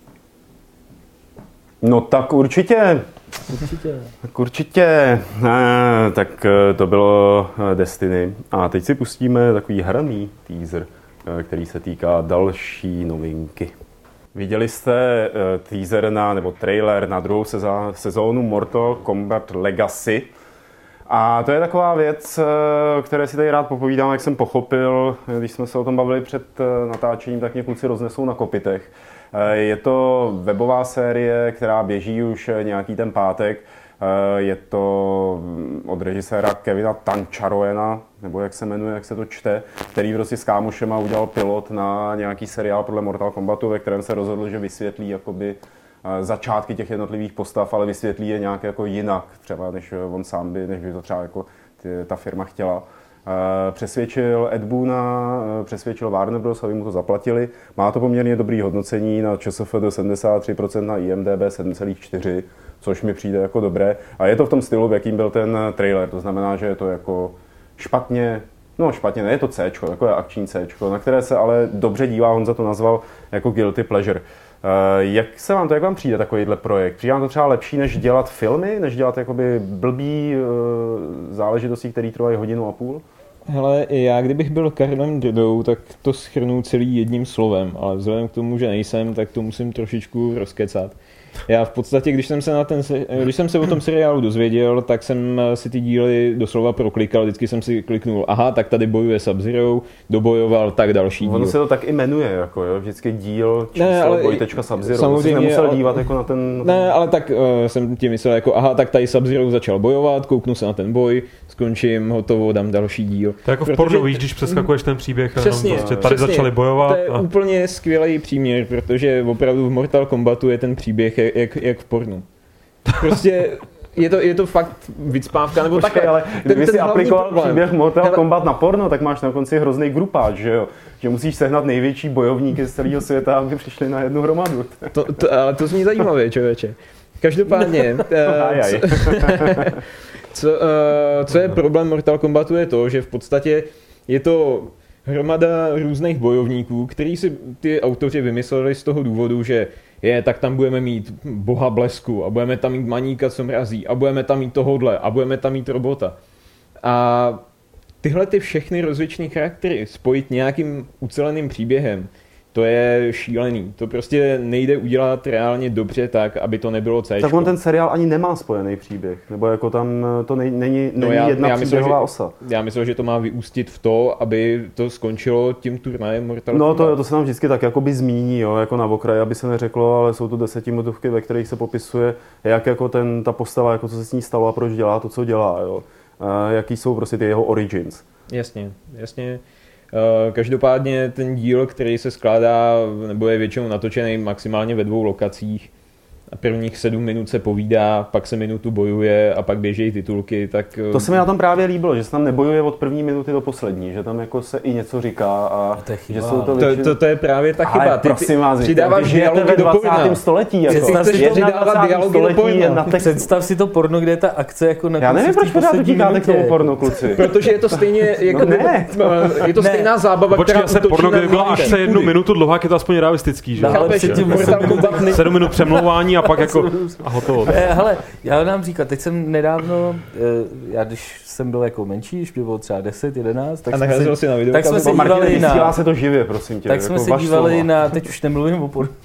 no tak určitě. Určitě. Tak určitě. Ne, tak to bylo Destiny. A teď si pustíme takový hraný teaser, který se týká další novinky. Viděli jste uh, teaser na, nebo trailer na druhou sezá, sezónu Mortal Kombat Legacy. A to je taková věc, uh, které si tady rád popovídám, jak jsem pochopil, když jsme se o tom bavili před uh, natáčením, tak mě kluci roznesou na kopitech. Uh, je to webová série, která běží už nějaký ten pátek. Uh, je to od režiséra Kevina Tancharoena, nebo jak se jmenuje, jak se to čte, který prostě s kámošema udělal pilot na nějaký seriál podle Mortal Kombatu, ve kterém se rozhodl, že vysvětlí jakoby začátky těch jednotlivých postav, ale vysvětlí je nějak jako jinak, třeba než on sám by, než by to třeba jako ty, ta firma chtěla. Přesvědčil Ed Boona, přesvědčil Warner Bros., aby mu to zaplatili. Má to poměrně dobrý hodnocení na ČSFD sedmdesát tři procent, na I M D B sedm celá čtyři, což mi přijde jako dobré. A je to v tom stylu, v jakým byl ten trailer, to znamená, že je to jako špatně, no špatně, ne, je to Cčko, takové akční Cčko, na které se ale dobře dívá, Honza to nazval jako guilty pleasure. Jak se vám to, jak vám přijde takovýhle projekt? Přijde vám to třeba lepší, než dělat filmy, než dělat jakoby blbý záležitosti, které trvají hodinu a půl? Hele, já kdybych byl Karlem Drdou, tak to shrnu celý jedním slovem, ale vzhledem k tomu, že nejsem, tak to musím trošičku rozkecat. Já v podstatě, když jsem se, na ten, když jsem se o tom seriálu dozvěděl, tak jsem si ty díly doslova proklikal, vždycky jsem si kliknul, aha, tak tady bojuje Sub-Zero, dobojoval, tak další díl. Ono se to tak i jmenuje, jako jo, vždycky díl číslo boj.tečka Sub-Zero, samozřejmě nemusel ale, dívat jako na ten... Ne, ale tak uh, jsem ti myslel jako, aha, tak tady Sub-Zero začal bojovat, kouknu se na ten boj, skončím, hotovo, dám další díl. To je jako v pornu, víš, když přeskakuješ ten příběh, přesně, jenom prostě tady přesně, začali bojovat. To je a... úplně skvělý příměr, protože opravdu v Mortal Kombatu je ten příběh jak, jak v pornu. Prostě je to, je to fakt vycpávka, nebo takhle. Ale kdyby si aplikoval problém. Příběh Mortal Hele. Kombat na porno, tak máš na konci hrozný grupáč, že jo? Že musíš sehnat největší bojovníky z celého světa, aby přišli na jednu hromadu. To, to, ale to zní zajímavě, člověče. Každopádně, uh, co, co, uh, co je problém Mortal Kombatu je to, že v podstatě je to hromada různých bojovníků, který si ty autoři vymysleli z toho důvodu, že je, tak tam budeme mít boha blesku a budeme tam mít maníka, co mrazí a budeme tam mít tohodle a budeme tam mít robota. A tyhle ty všechny rozličné charaktery spojit nějakým uceleným příběhem To je šílený. To prostě nejde udělat reálně dobře tak, aby to nebylo C. Tak on ten seriál ani nemá spojený příběh, nebo jako tam to nej, není, no není já, jedna já příběhová myslím, osa. Já myslím, že to má vyústit v to, aby to skončilo tím turnajem Mortal Kombat. No to, to se nám vždycky tak jakoby zmíní, jo, jako na okraji, aby se neřeklo, ale jsou tu desetiminutovky, ve kterých se popisuje, jak jako ten, ta postava, jako co se s ní stalo a proč dělá to, co dělá, jo. A jaký jsou prostě ty jeho origins. Jasně, jasně. Každopádně ten díl, který se skládá, nebo je většinou natočený maximálně ve dvou lokacích, a prvních sedm minut se povídá, pak se minutu bojuje a pak běžejí titulky, tak... To se mi na tom právě líbilo, že se tam nebojuje od první minuty do poslední, že tam jako se i něco říká a, a že jsou to, větši... to, to, to je právě ta chyba. Ale ty, prosím vás, přidáváš dialogy do porna. století, jako. Představ si to přidávat dialogy do porna. Představ si to porno, kde je ta akce jako na Já nevím, proč pořád utíkáte k tomu porno, kluci. Protože je to stejně, jako no ne. je to ne. stejná zábava, Počkej, která se porno, kde byla akce jednu minutu dlouhá, je to aspoň realistický, že? sedm minut přemlouvání a pak jako a hotovo. Hele, já nám říkat, teď jsem nedávno, já když jsem byl jako menší, když mě bylo třeba deset, jedenáct, tak, jsme se, si na video, tak jsme se dívali na... se to živě, prosím tě. Tak jsme se dívali slova. na, teď už nemluvím o pornu,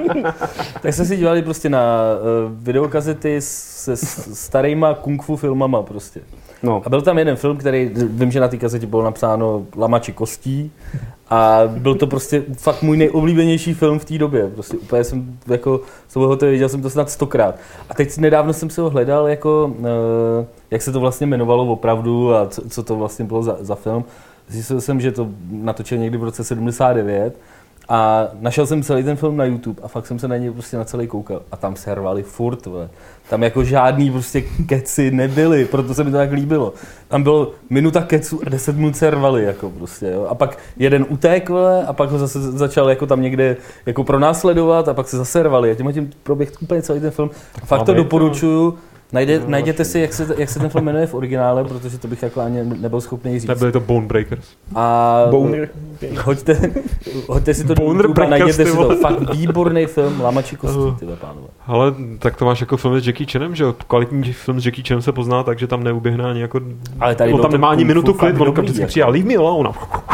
tak jsme se dívali prostě na uh, videokazety se starýma kung fu filmama prostě. No. A byl tam jeden film, který, vím, že na té kazetě bylo napsáno Lamači kostí a byl to prostě fakt můj nejoblíbenější film v té době. Prostě úplně jsem jako, z toho viděl jsem to snad stokrát. A teď nedávno jsem se ho hledal, jako, uh, jak se to vlastně jmenovalo opravdu a co, co to vlastně bylo za, za film. Zjistil jsem, že to natočil někdy v roce sedmdesát devět. A našel jsem celý ten film na YouTube a fakt jsem se na něj prostě na celý koukal. A tam se rvali furt, vole. Tam jako žádný prostě keci nebyly, proto se mi to tak líbilo. Tam bylo minuta keců a deset minut se rvali, jako prostě, jo. A pak jeden utek, vole, a pak ho zase začal jako tam někde jako pronásledovat a pak se zase rvali. A tím tím proběh úplně celý ten film. A fakt to doporučuju. Najde, no, najděte si, jak se, jak se ten film jmenuje v originále, protože to bych jako ani nebyl schopný říct. Nebyly to Bone Breakers. A Boner. Hoďte, hoďte si to do YouTube a najděte si to. Fakt výborný film, Lamači kostí, tyhle pánové. Ale tak to máš jako film s Jackie Chanem, že jo? Kvalitní film s Jackie Chanem se pozná tak, že tam neuběhne ani jako... Ale tady on tam nemá ani minutu klid, on vždycky jako. přijde, leave me alone.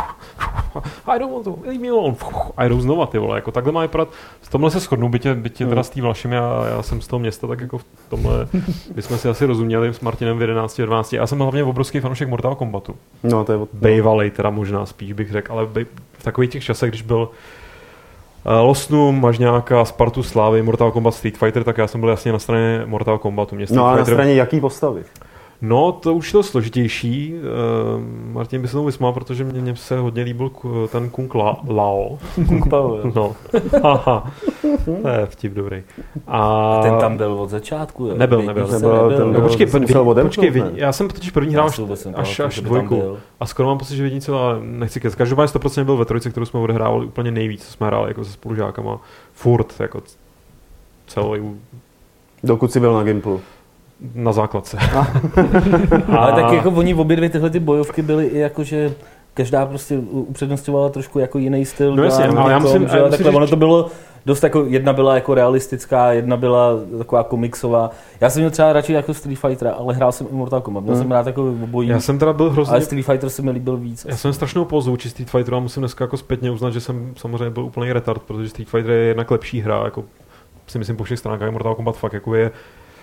I don't want to, leave me alone. A jdou znova, ty vole, jako takhle má vypadat. V tomhle se shodnou, bytě, bytě teda s tím Vlašem, já, já jsem z toho města, tak jako v tomhle bychom si asi rozuměli s Martinem v jedenácti dvanácti. Já jsem hlavně obrovský fanoušek Mortal Kombatu. No, to je... Bejvalej teda možná spíš bych řekl, ale bej, v takových těch časech, když byl uh, Losnum, Mažňáka, Spartu Slávy, Mortal Kombat, Street Fighter, tak já jsem byl jasně na straně Mortal Kombatu. Mě no a Fighter... na straně jaký postavy? No, to už je to složitější. Uh, Martin by se tomu vysmál, protože mě, mě se hodně líbil ten Kung La, Lao. Kung Pao, no. Haha. To je vtip dobrý. A... a ten tam byl od začátku, jo? Nebyl, nebyl. nebyl, nebyl. Ten, no, počkej, ten, počkej, počkej já jsem totiž první hrál až, až, až dvojku. A skoro mám pocit, že vidím co, ale nechci kec. Každopádně sto procent byl ve trojce, kterou jsme odehrávali úplně nejvíc, co jsme hráli jako se spolužákama. Furt, jako celý... Dokud jsi byl na Gimplu. Na základce. A... Ale tak jako oni obě dvě tyhle ty bojovky byly i jako, že každá prostě upřednostňovala trošku jako jiný styl. No jasně, ale já myslím, že, takhle, ono to bylo dost jako, jedna byla jako realistická, jedna byla taková komiksová. Já jsem měl třeba radši jako Street Fighter, ale hrál jsem i Mortal Kombat. Měl hmm. jsem rád jako obojí. Já jsem teda byl hrozně... Ale Street Fighter se mi líbil víc. Já jsem strašnou pozou či Street Fighteru a musím dneska jako zpětně uznat, že jsem samozřejmě byl úplný retard, protože Street Fighter je jednak lepší hra, jako si myslím po všech stránkách. Mortal Kombat fakt jako je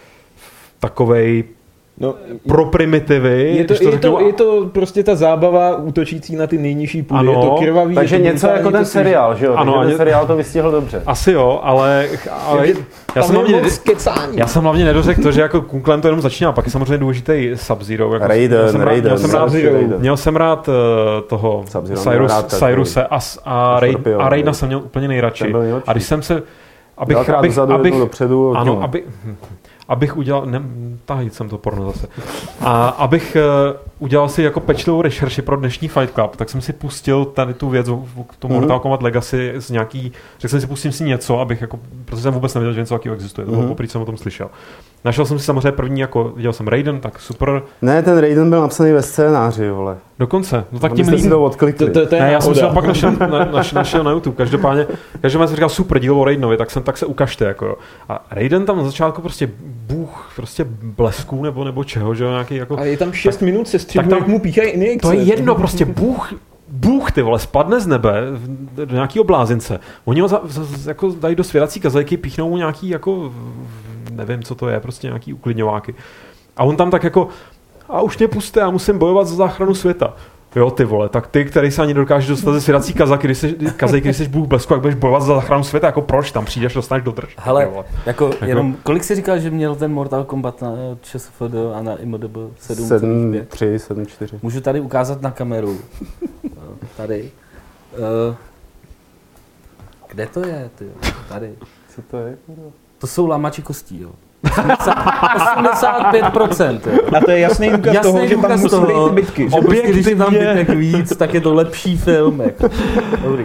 takovej no, pro primitivy. Je to, je, to, to, je to prostě ta zábava útočící na ty nejnižší půdy, ano, je to krvavý. Takže je to něco jako ten seriál, že jo? Ano, takže ten je... seriál to vystihl dobře. Asi jo, ale, ale já, jsem hlavně, já jsem hlavně nedořekl to, že jako Kunglen to jenom začíná, pak je samozřejmě důležitý Sub-Zero. Jako Raiden, měl jsem rád, Raiden, měl jsem rád, Raiden. Měl jsem rád uh, toho Cyrus, Cyruse a, a, Raid, a Raidna jsem měl úplně nejradši. A když jsem se... Abych, abych, vzadu, abych, dopředu, ano, aby, abych udělal, ne, tahit jsem to porno zase, a abych uh, udělal si jako pečlivou rešerši pro dnešní Fight Club, tak jsem si pustil tady tu věc, tu Mortal Kombat Legacy z nějaký, řekl jsem si, pustím si něco, abych jako, protože jsem vůbec nevěděl, že něco takového existuje, to bylo mm-hmm. poprvé jsem o tom slyšel. Našel jsem si samozřejmě první, jako viděl jsem Raiden, tak super. Ne, ten Raiden byl napsaný ve scénáři, vole. Dokonce, no tak a tím líp. To odklikli. To, to, to ne, já jsem se pak našel na, naš, našel na YouTube, každopádně, každopádně jsem říkal super díl o Raidenovi, tak, jsem, tak se ukažte, jako jo. A Raiden tam na začátku prostě bůh, prostě blesků nebo, nebo čeho, že jo, nějaký jako... A je tam šest minut se střihů, jak mu píchají injekce. To je jedno, prostě bůh Bůh, ty vole, spadne z nebe do nějakého blázince. Oni ho za, za, jako dají do svěrací kazajky, píchnou mu nějaký, jako, nevím, co to je, prostě nějaký uklidňováky. A on tam tak jako, a už mě puste, já musím bojovat za záchranu světa. Jo, ty vole, tak ty, který se ani dokážeš dostat ze svěrací kazajky, když jsi, kazajky, když jsi Bůh blesku, jak budeš bojovat za záchranu světa, jako proč tam přijdeš, dostaneš do drž. Hele, jako, jenom, kolik jsi říkal, že měl ten Mortal Kombat na ČSFD a na I M D B? sedm tři, sedm čtyři. Můžu tady ukázat na kameru. Tady. Uh, kde to je, ty? Tady. Co to je? To jsou lamači kostí, jo. osmdesát pět procent. Jo. A to je jasný důkaz jasný toho, že tam musí být ty bitky. Že prostě, když je tam bytek víc, tak je to lepší film. Jako. Dobrý.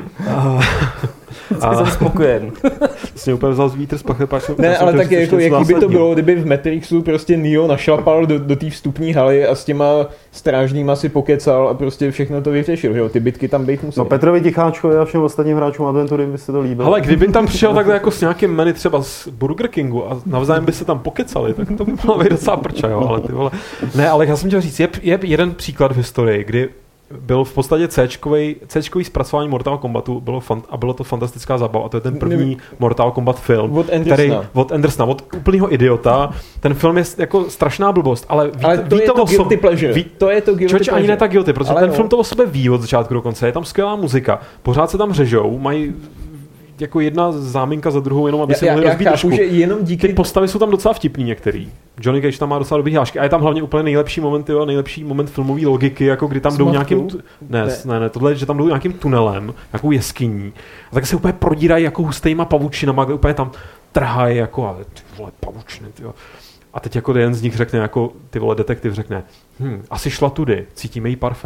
A jsem spokojen. Jsi úplně vzal z vítr z pachy, Ne, ale tak jako, jaký by to bylo, kdyby v Matrixu prostě Neo našlapal do, do té vstupní haly a s těma strážníma si pokecal a prostě všechno to vyřešil, že jo, ty bitky tam být musí. No Petrovi Ticháčkovi a všem ostatním hráčům Adventury by se to líbilo. Ale kdyby tam přišel takhle jako s nějakým menu třeba z Burger Kingu a navzájem by se tam pokecali, tak to by bylo být docela prča, jo, ale ty vole. Ne, ale já jsem chtěl říct, je, je jeden příklad v historii, kdy byl v podstatě C-čkový, C-čkový zpracování Mortal Kombatu bylo fan, a bylo to fantastická zábava. A to je ten první Mortal Kombat film. Od Andersona. Který, od Andersona, od úplného idiota. Ten film je jako strašná blbost, ale ví, ale to ví je to, to osob... guilty pleasure. Ví, to je to guilty Čoč, pleasure. ani ne tak guilty, protože ale ten no. film to o sebe ví od začátku do konce. Je tam skvělá muzika. Pořád se tam řežou, mají jako jedna záminka za druhou, jenom aby se mohli rozbít trošku. Že jenom díky... Ty postavy jsou tam docela vtipný některý. Johnny Cage tam má docela dobrý hlášky. A je tam hlavně úplně nejlepší moment, jo, nejlepší moment filmové logiky, jako kdy tam jdou nějakým... Tu... Ne, ne, ne, ne, tohle, že tam jdou nějakým tunelem, nějakou jeskyní. A tak se úplně prodírají jako hustýma pavučinama, kde úplně tam trhají jako, ale ty vole, pavučiny, tyjo. A teď jako jeden z nich řekne, jako ty vole detektiv řekne, hm, asi šla tudy, cítíme jí parfém.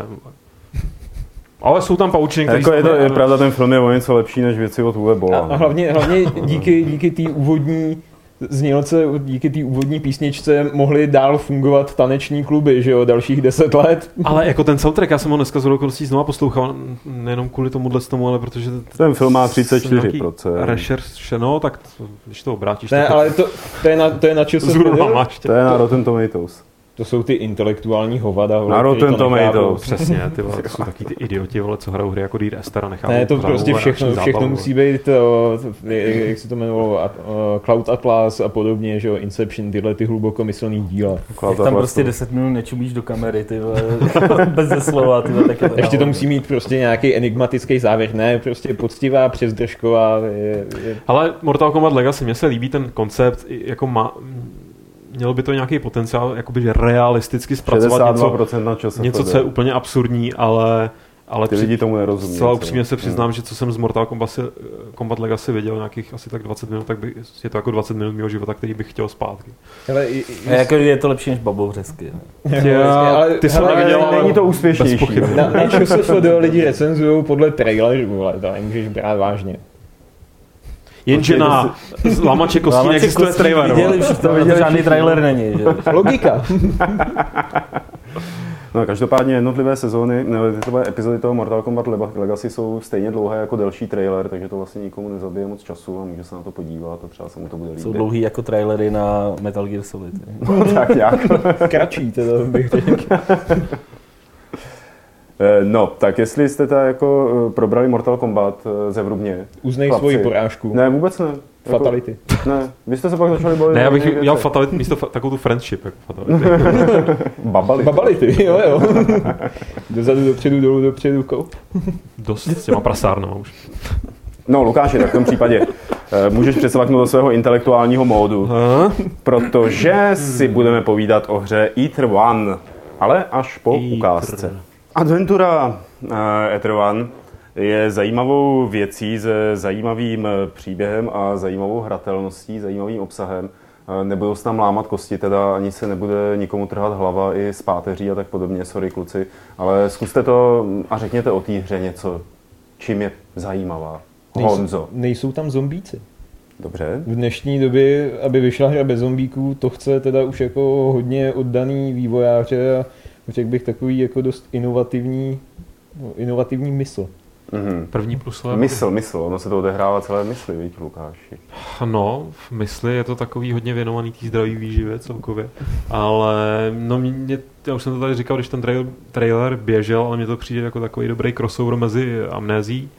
Ale jsou tam pavučiny, které... Jako je to, je pravda, ten film je o něco lepší než věci od Uwe Bolla. A, a hlavně, hlavně díky, díky té úvodní znělce, díky té úvodní písničce mohly dál fungovat taneční kluby, že jo, dalších deset let. Ale jako ten soundtrack, já jsem ho dneska z okolností znova poslouchal, nejenom kvůli tomuhle tomu, ale protože... Ten film má třicet čtyři procent. Rešerše, no, tak když to obrátíš... Ne, tak ale to, to je na, to je na ČSFD. To je na Rotten Tomatoes. To jsou ty intelektuální hovada. Na Rotten Tomatoes. Přesně, ty vole, to jsou taky ty idioti, vole, co hrajou hry jako Dear Esther a nechávají. Ne, to prostě všechno, všechno musí být, to, jak se to jmenovalo, Cloud Atlas a podobně, že jo, Inception, tyhle ty hlubokomyslný díla. Jak tam prostě deset minut nečumíš do kamery, ty vole, bez slova, ty vole, tak ještě to musí mít prostě nějaký enigmatický závěr, ne, prostě poctivá, přesdržková. Je, je... Ale Mortal Kombat Legacy, mně se líbí ten koncept, jako má... Mělo by to nějaký potenciál, jakoby realisticky zpracovat něco, na čase něco, co je úplně absurdní, ale, ale ty při, lidi tomu nerozumí. Zcela upřímně se přiznám, hmm. že co jsem z Mortal Kombat, Kombat Legacy viděl nějakých asi tak dvacet minut, tak by, je to jako dvacet minut mého života, který bych chtěl zpátky. Hele, i, i, jako je to lepší než Babovřesky. Ale ty jsi neviděl, ale není to úspěšnější. Na, na ČSFD lidi recenzují podle trailerů, ale to nemůžeš brát vážně. Jenže na Lamače kostí neexistuje trailer. Viděli už to, to žádný trailer není. Že? Logika. No, každopádně jednotlivé sezóny, nebo jednotlivé epizody toho Mortal Kombat Legacy jsou stejně dlouhé jako delší trailer, takže to vlastně nikomu nezabije moc času a může se na to podívat a třeba se mu to bude líbit. Jsou dlouhý jako trailery na Metal Gear Solid. Tak nějak. Kratší teda bych řekl. No, tak jestli jste ta jako probrali Mortal Kombat zevrubně. Uznej svoji porážku. Ne, vůbec ne. Fatality. Jako, ne, vy jste se pak začali bavit. Ne, já bych dělal Fatality místo fa- takovou tu friendship jako Fatality. Babality. Babality, jo jo. Dozadu, dopředu, dolů, dopředu, kou. Dost s těma prasárnama už. No, Lukáši, tak v tom případě můžeš přesvaknout do svého intelektuálního módu, Aha. protože si budeme povídat o hře Ether One, ale až po Ether. ukázce. Adventura uh, Ether One je zajímavou věcí se zajímavým příběhem a zajímavou hratelností, zajímavým obsahem. Nebudou se tam lámat kosti, teda ani se nebude nikomu trhat hlava i z páteří a tak podobně, sorry kluci. Ale zkuste to a řekněte o té hře něco, čím je zajímavá. Honzo. Nejsou, nejsou tam zombíci. Dobře. V dnešní době, aby vyšla hra bez zombíků, to chce teda už jako hodně oddaný vývojáře a řekl bych takový jako dost inovativní, no, inovativní mysl. Mm-hmm. První plusové Mysl, body. mysl, ono se to odehrává celé mysli, víš, Lukáši. No, v mysli je to takový hodně věnovaný té zdraví výživě celkově, ale no mě, já už jsem to tady říkal, když ten trail, trailer běžel, ale mně to přijde jako takový dobrý crossover mezi Amnézií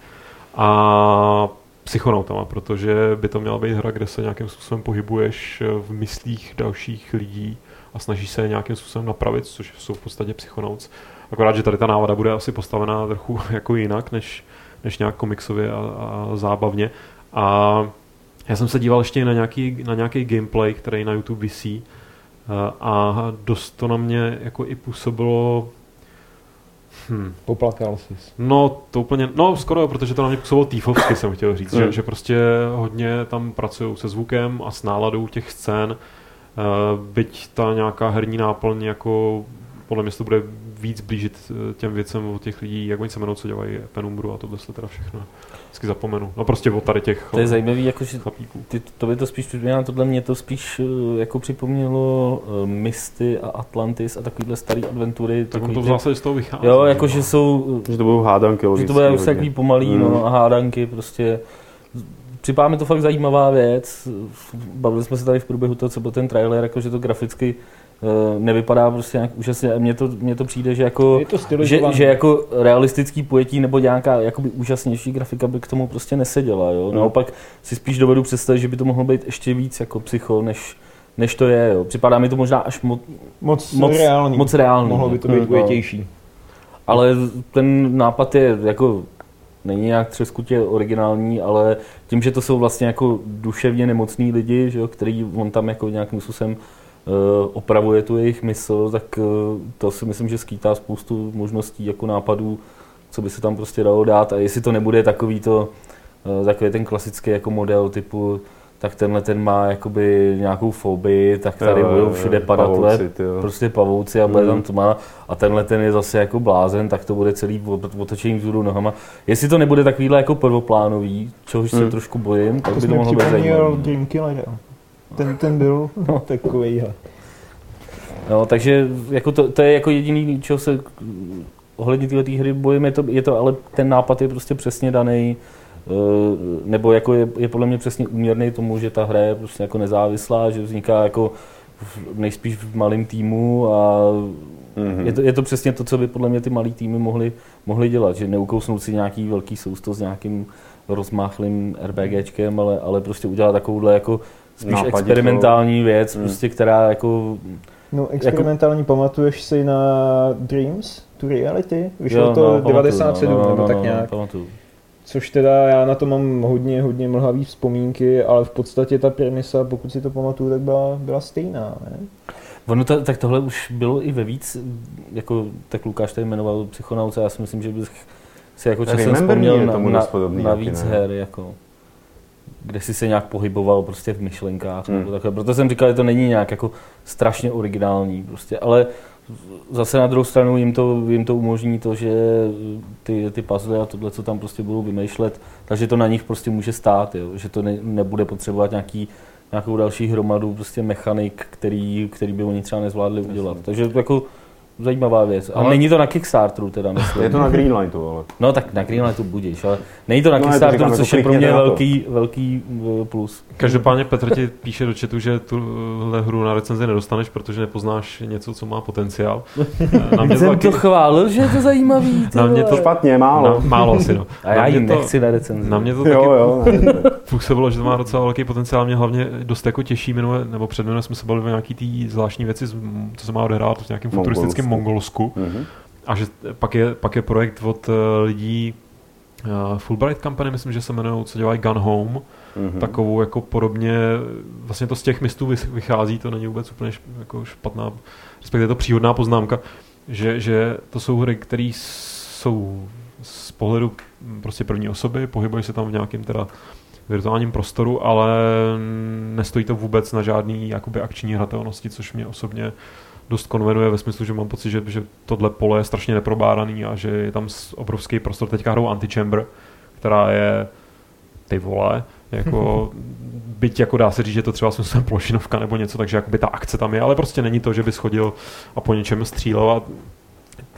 a Psychonautama, protože by to měla být hra, kde se nějakým způsobem pohybuješ v myslích dalších lidí a snažíš se nějakým způsobem napravit, což jsou v podstatě Psychonauts. Akorát, že tady ta návada bude asi postavená trochu jako jinak, než, než nějak komiksově a, a zábavně. A já jsem se díval ještě na nějaký, na nějaký gameplay, který na YouTube visí a dost to na mě jako i působilo. Hmm. Poplakal jsi. No, to úplně, no skoro jo, protože to na mě působilo týfovsky, jsem chtěl říct, že, že prostě hodně tam pracují se zvukem a s náladou těch scén, byť ta nějaká herní náplň jako podle mě se to bude víc blížit těm věcem od těch lidí, jak oni se jmenou, co dělají Penumbru a tohle se teda všechno vždycky zapomenu. No prostě od tady těch to je zajímavý, jakože ty, to by to spíš připomnělo, tohle mě to spíš jako připomnělo uh, Misty a Atlantis a takovýhle starý adventury. Tak on to v zásadě z toho vychází. Jo, jakože jsou... Že to budou hádanky logicky. Že to bude takový pomalý, mm. no, a hádanky prostě. Připadá mi to fakt zajímavá věc. Bavili jsme se tady v průběhu toho, co byl ten trailer, jakože to graficky uh, nevypadá prostě nějak úžasně. Mně to, mně to přijde, že jako, že, že jako realistický pojetí nebo nějaká jakoby úžasnější grafika by k tomu prostě neseděla. Jo? Naopak si spíš dovedu představit, že by to mohlo být ještě víc jako psycho, než, než to je. Jo? Připadá mi to možná až mo, moc, moc reálný. Moc reálný. Mohlo by to být ujetější. Ale ten nápad je jako... Není nějak třeskutě originální, ale tím, že to jsou vlastně jako duševně nemocný lidi, že jo, který on tam jako nějakým způsobem uh, opravuje tu jejich mysl, tak uh, to si myslím, že skýtá spoustu možností jako nápadů, co by se tam prostě dalo dát. A jestli to nebude takový to, uh, takový ten klasický jako model typu, tak tenhle ten má jakoby nějakou fobii, tak tady jo, budou všude padat pavouci, prostě pavouci a bude mm. tam tma a tenhle ten je zase jako blázen, tak to bude celý otočení vzhůru nohama. Jestli to nebude takovýhle jako prvoplánový, čehož mm. se trošku bojím, tak to by to mohlo být zajímavé. Dream Killer, ten, ten byl no, takovejhle. No, takže jako to, to je jako jediný, čeho se ohledně této hry bojím, je to, je to, ale ten nápad je prostě přesně daný. Nebo jako je, je podle mě přesně úměrný tomu, že ta hra je prostě jako nezávislá, že vzniká jako v, nejspíš v malém týmu a mm-hmm. je, to, je to přesně to, co by podle mě ty malý týmy mohly, mohly dělat, že neukousnout si nějaký velký sousto s nějakým rozmáchlým RPGčkem, ale, ale prostě udělat takovouhle jako spíš Nápadě experimentální to... věc, mm. prostě, která jako... No experimentální, jako... pamatuješ si na Dreams, tu Reality? Vyšlo jo, to no, devadesát sedm no, no, nebo no, tak no, nějak. Pamatuju. Což teda já na to mám hodně, hodně mlhavý vzpomínky, ale v podstatě ta premisa, pokud si to pamatuju, tak byla, byla stejná, ne? Ono to, tak tohle už bylo i ve víc, jako tak Lukáš tady jmenoval Psychonauts a já si myslím, že bych si jako časem vzpomněl na, na, na víc ne? her, jako, kde si se nějak pohyboval prostě v myšlenkách, hmm. nebo takhle. Proto jsem říkal, že to není nějak jako strašně originální, prostě, ale zase na druhou stranu jim to, jim to umožní to, že ty, ty puzzle a tohle, co tam prostě budou vymýšlet, takže to na nich prostě může stát, jo? Že to ne, nebude potřebovat nějaký, nějakou další hromadu prostě mechanik, který, který by oni třeba nezvládli udělat. Takže jako zajímavá věc. A ale není to na Kickstarteru teda, myslím. Je to na Greenlightu, ale... No tak na Greenlightu budíš, ale není to na no, Kickstarteru, což je pro mě velký, velký plus. Každopádně Petr ti píše do chatu, že tuhle hru na recenzi nedostaneš, protože nepoznáš něco, co má potenciál. Na mě jsem to, taky... to chválil, že je to zajímavý. Na mě to špatně, málo. Na, málo asi, no. A já ji nechci na recenzi. Na mě to taky jo, jo, působilo, že to má docela velký potenciál. Mě hlavně dost jako těší, minule, nebo před minule jsme se bavili o nějaký tý zvláštní věci, co se má odehrávat v nějakém futuristickém Mongolsku. Mm-hmm. A že pak je, pak je projekt od uh, lidí uh, Fulbright Company, myslím, že se jmenují, co dělají Gun Home. Mm-hmm. Takovou jako podobně, vlastně to z těch mistů vychází, to není vůbec úplně jako špatná, respektive to příhodná poznámka, že, že to jsou hry, které jsou z pohledu prostě první osoby, pohybují se tam v nějakém teda virtuálním prostoru, ale nestojí to vůbec na žádný jakoby akční hratelnosti, což mě osobně dost konvenuje ve smyslu, že mám pocit, že, že tohle pole je strašně neprobáraný a že je tam obrovský prostor. Teďka hrou Antichamber, která je ty vole, jako byť jako dá se říct, že to třeba jsem plošinovka nebo něco, takže jakoby ta akce tam je, ale prostě není to, že bys chodil a po něčem střílel a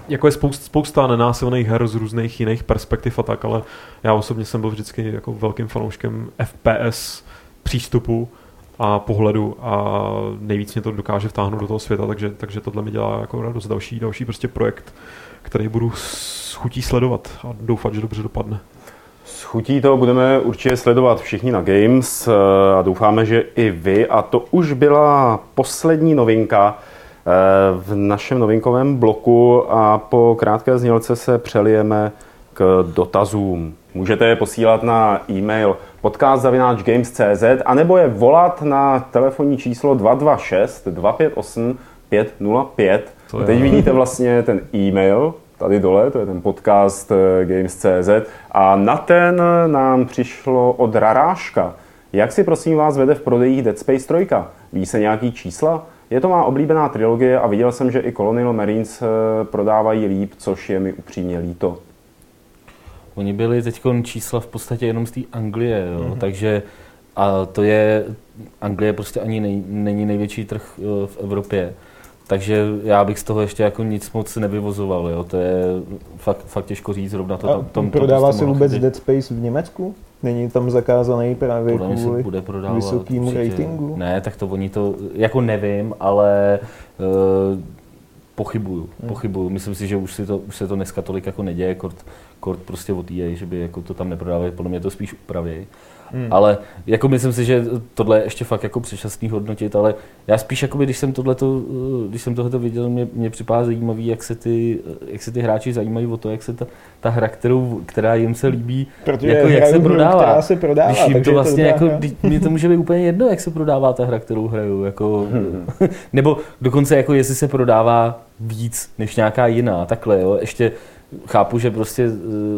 jako je spousta, spousta nenásilných her z různých jiných perspektiv a tak, ale já osobně jsem byl vždycky jako velkým fanouškem F P S přístupu a pohledu a nejvíc mě to dokáže vtáhnout do toho světa, takže, takže tohle mi dělá jako radost. Další, další prostě projekt, který budu s chutí sledovat a doufat, že dobře dopadne. S chutí to budeme určitě sledovat všichni na Games a doufáme, že i vy. A to už byla poslední novinka v našem novinkovém bloku a po krátké znělce se přelijeme k dotazům. Můžete je posílat na e-mail podcast zavináč games tečka cé zet anebo je volat na telefonní číslo dva dva šest dva pět osm pět nula pět. Teď vidíte vlastně ten e-mail tady dole, to je ten podcast games tečka cé zet a na ten nám přišlo od Raráška. Jak si prosím vás vede v prodejích Dead Space tři? Ví se nějaký čísla? Je to má oblíbená trilogie a viděl jsem, že i Colonial Marines prodávají líp, což je mi upřímně líto. Oni byli teď čísla v podstatě jenom z té Anglie, jo? Mm-hmm. takže a to je, Anglie prostě ani nej, není největší trh v Evropě, takže já bych z toho ještě jako nic moc nevyvozoval, jo? To je fakt, fakt těžko říct zrovna to. A tom, prodává se vůbec Dead Space v Německu? Není tam zakázaný právě Podle kvůli bude vysokýmu určitě. ratingu? Ne, tak to oni to, jako nevím, ale uh, pochybuju, hmm. pochybuju. Myslím si, že už, si to, už se to dneska tolik jako neděje, kort, kort prostě od E A, že by jako to tam neprodávají, podle mě to spíš upraví. Hmm. Ale jako myslím si, že tohle je ještě fakt jako předčasný hodnotit, ale já spíš jakoby, když jsem tohleto, když jsem tohleto viděl, mě, mě připadá zajímavý, jak se ty, jak se ty hráči zajímají o to, jak se ta, ta hra, kterou, která jim se líbí, jako, jak se prodává. se prodává. Když jim to vlastně to jako, mně to může být úplně jedno, jak se prodává ta hra, kterou hraju, jako, hmm. nebo dokonce jako jestli se prodává víc než nějaká jiná, takhle, jo, ještě chápu, že prostě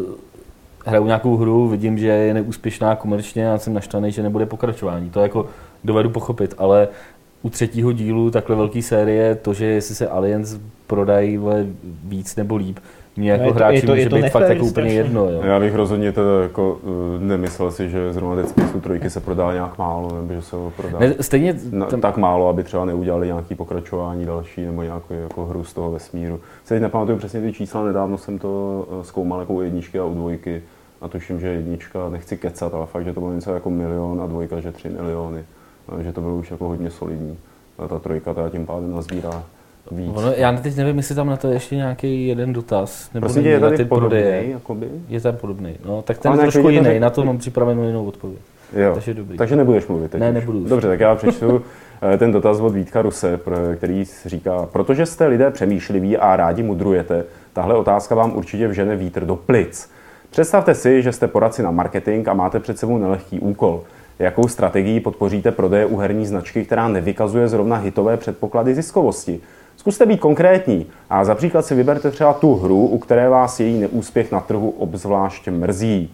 hraju nějakou hru, vidím, že je neúspěšná komerčně a jsem naštvaný, že nebude pokračování. To jako dovedu pochopit, ale u třetího dílu takhle velké série, to, že jestli se Aliens prodají víc nebo líp, mě jako no hráči může být fakt jako úplně jedno. Jo. Já bych rozhodně teda jako nemyslel si, že zrovna Dead Space tři se prodá nějak málo, nebo že se ho prodá ne, stejně na, tak málo, aby třeba neudělali nějaký pokračování další nebo nějakou jako hru z toho vesmíru. Se teď nepamatuju přesně ty čísla, nedávno jsem to zkoumal jako u jedničky a u dvojky a tuším, že jednička, nechci kecat, ale fakt, že to bylo něco jako milion a dvojka, že tři miliony, že to bylo už jako hodně solidní. A ta trojka teda tím pádem nazbírá víc. Ono, já teď nevím, jestli tam na to ještě nějaký jeden dotaz, nebo prostě je tady podobnej, jakoby? Je tam podobný, no tak ten je trošku jiný, řek... na to mám připravenou jinou odpověď. Jo. Takže, dobrý. Takže nebudeš mluvit teď. Ne, už. nebudu. Dobře, tak já přečtu ten dotaz od Vítka Ruse, který říká, protože jste lidé přemýšliví a rádi mudrujete, tahle otázka vám určitě vžene vítr do plic. Představte si, že jste poradci na marketing a máte před sebou nelehký úkol. Jakou strategii podpoříte prodeje u herní značky, která nevykazuje zrovna hitové předpoklady ziskovosti? Zkuste být konkrétní a za příklad si vyberte třeba tu hru, u které vás její neúspěch na trhu obzvlášť mrzí.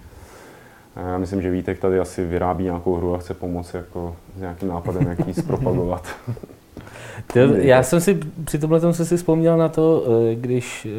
Já myslím, že Vítek tady asi vyrábí nějakou hru a chce pomoct jako s nějakým nápadem, jak ji zpropagovat. Já jsem si při tomhle jsem si vzpomněl na to, když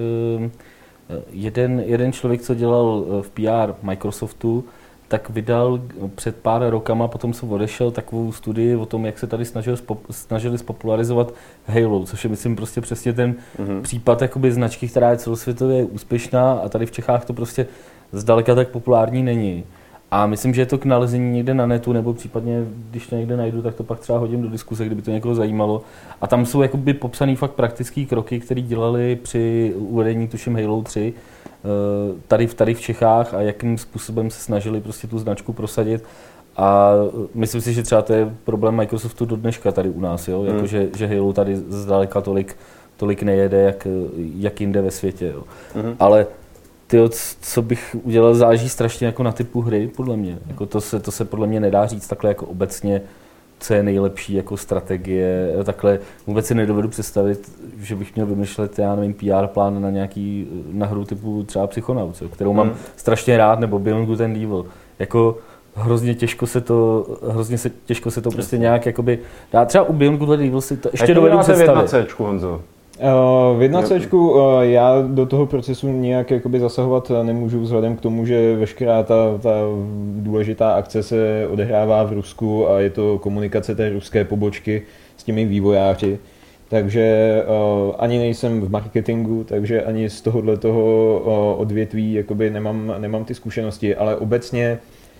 jeden, jeden člověk, co dělal v P R Microsoftu, tak vydal před pár rokama, potom jsem odešel, takovou studii o tom, jak se tady snažili, snažili spopularizovat Halo, což je, myslím, prostě přesně ten mm-hmm. případ jakoby značky, která je celosvětově úspěšná a tady v Čechách to prostě zdaleka tak populární není. A myslím, že je to k nalezení někde na netu, nebo případně, když to někde najdu, tak to pak třeba hodím do diskuse, kdyby to někoho zajímalo. A tam jsou jakoby popsaný fakt praktický kroky, které dělali při uvedení, tuším, Halo tři, tady, tady v Čechách a jakým způsobem se snažili prostě tu značku prosadit. A myslím si, že třeba to je problém Microsoftu do dneška tady u nás, jo? Jako, mm. že, že Halo tady zdaleka tolik, tolik nejede, jak, jak jinde ve světě. Jo? Mm. Ale tyjo, co bych udělal, záleží strašně jako na typu hry, podle mě. Jako to, se, to se podle mě nedá říct takhle jako obecně, co je nejlepší jako strategie. Takhle vůbec si nedovedu představit, že bych měl vymýšlet, já nevím, P R plán na nějaký, na hru typu třeba Psychonauts, kterou mám mm. strašně rád, nebo Beyond Good and Evil. Jako hrozně těžko se to, hrozně se, těžko se to prostě nějak jakoby dá. Třeba u Beyond Good and Evil si to ještě dovedu představit. Honzo? V jedna céčku já do toho procesu nějak jakoby zasahovat nemůžu vzhledem k tomu, že veškerá ta, ta důležitá akce se odehrává v Rusku a je to komunikace té ruské pobočky s těmi vývojáři. takže uh, ani nejsem v marketingu, takže ani z tohohle toho uh, odvětví jakoby nemám, nemám ty zkušenosti, ale obecně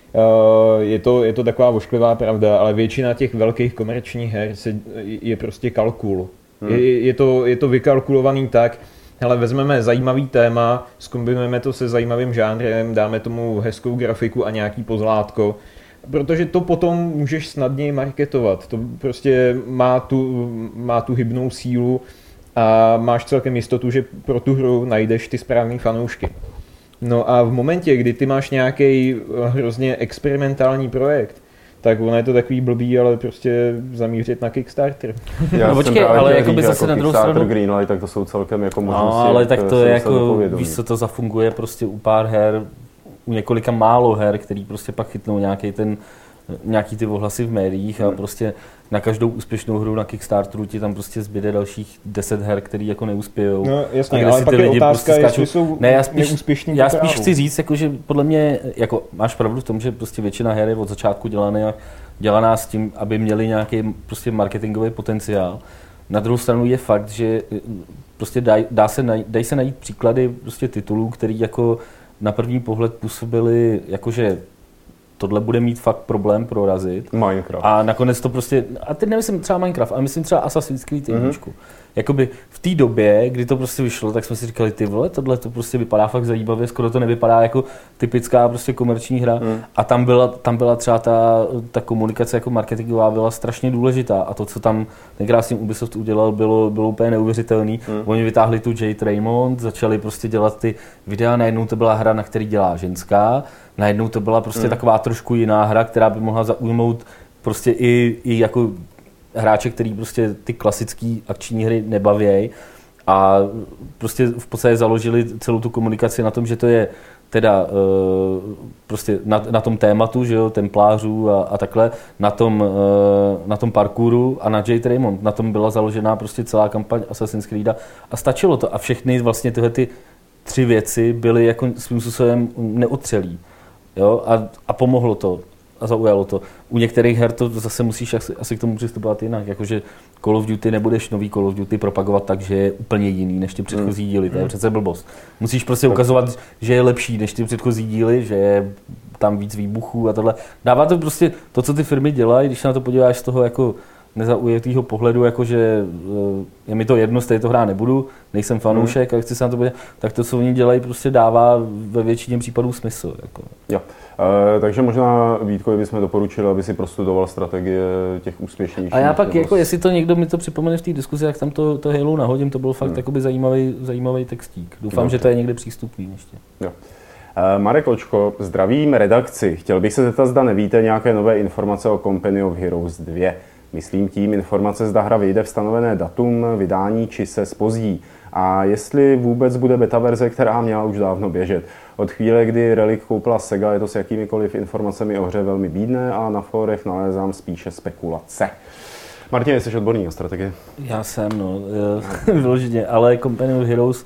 uh, je, to, je to taková ošklivá pravda, ale většina těch velkých komerčních her se, je prostě kalkul. Hmm. Je, je, to, je to vykalkulovaný tak, hele, vezmeme zajímavý téma, zkombinujeme to se zajímavým žánrem, dáme tomu hezkou grafiku a nějaký pozlátko, protože to potom můžeš snadněji marketovat. To prostě má tu, má tu hybnou sílu a máš celkem jistotu, že pro tu hru najdeš ty správný fanoušky. No a v momentě, kdy ty máš nějaký hrozně experimentální projekt, tak ono je to takový blbý, ale prostě zamířit na Kickstarter. Já no počkej, ale jako by zase jako na druhou stranu... Greenlight, tak to jsou celkem jako možnosti. No, ale tak to je jako, víš co, to zafunguje prostě u pár her, u několika málo her, který prostě pak chytnou nějaký ten, nějaký ty ohlasy v médiích a hmm. prostě na každou úspěšnou hru na Kickstarteru ti tam prostě zbyde dalších deset her, který jako neuspějou. No jasně, ale pak je otázka, prostě jestli jsou ne, já spíš, neúspěšní. Já spíš chci říct, jako, že podle mě, jako máš pravdu v tom, že prostě většina her je od začátku dělaná, dělaná s tím, aby měli nějaký prostě marketingový potenciál. Na druhou stranu je fakt, že prostě dá, dá se najít, dají se najít příklady prostě titulů, který jako na první pohled působili, jakože tohle bude mít fakt problém prorazit. Minecraft. A nakonec to prostě, a teď nemyslím třeba Minecraft, ale myslím třeba Assassin's Creed jedničku. Mm-hmm. Jakoby v té době, kdy to prostě vyšlo, tak jsme si říkali, ty vole, tohle to prostě vypadá fakt zajímavě, skoro to nevypadá jako typická prostě komerční hra. Mm. A tam byla, tam byla třeba ta, ta komunikace jako marketingová byla strašně důležitá a to, co tam ten krásný Ubisoft udělal, bylo, bylo úplně neuvěřitelný. Mm. Oni vytáhli tu Jade Raymond, začali prostě dělat ty videa, najednou to byla hra, na který dělá ženská, najednou to byla prostě mm. taková trošku jiná hra, která by mohla zaujmout prostě i, i jako hráče, který prostě ty klasické akční hry nebavějí a prostě v podstatě založili celou tu komunikaci na tom, že to je teda uh, prostě na, na tom tématu, že jo, templářů a, a takhle, na tom, uh, na tom parkouru a na Jade Raymond, na tom byla založená prostě celá kampaň Assassin's Creed a stačilo to a všechny vlastně tyhle ty tři věci byly jako svým způsobem neotřelý, jo, a, a pomohlo to. A zaujalo to. U některých her to zase musíš asi, asi k tomu přistupovat jinak. Jakože Call of Duty nebudeš nový Call of Duty propagovat tak, že je úplně jiný než ty předchozí díly. To je přece blbost. Musíš prostě ukazovat, že je lepší než ty předchozí díly, že je tam víc výbuchů a tohle. Dává to prostě to, co ty firmy dělají, když se na to podíváš z toho jako nezaujatého pohledu, jakože je mi to jedno, z této hrá nebudu, nejsem fanoušek a chci se na to podívat, tak to, co oni dělají, prostě dává ve většině případů smysl. Jako. Jo. E, takže možná Vítkovi bychom doporučili, aby si prostudoval strategie těch úspěšnějších. A já pak, jako, jestli to někdo mi to připomene v té diskuzi, jak tam to, to Halo nahodím, to byl fakt hmm. zajímavý, zajímavý textík. Doufám, no, že to je někde přístupný ještě. Jo. E, Marek Ločko, zdravím redakci. Chtěl bych se zeptat, zda nevíte nějaké nové informace o Company of Heroes dva. Myslím tím informace, zda hra vyjde v stanovené datum vydání, či se zpozdí. A jestli vůbec bude beta verze, která měla už dávno běžet. Od chvíle, kdy Relic koupila Sega, je to s jakýmikoliv informacemi o hře velmi bídné a na fórech nalézám spíše spekulace. Martin, jsi odborný na strategii? Já jsem, no, vyloženě, ale Company of Heroes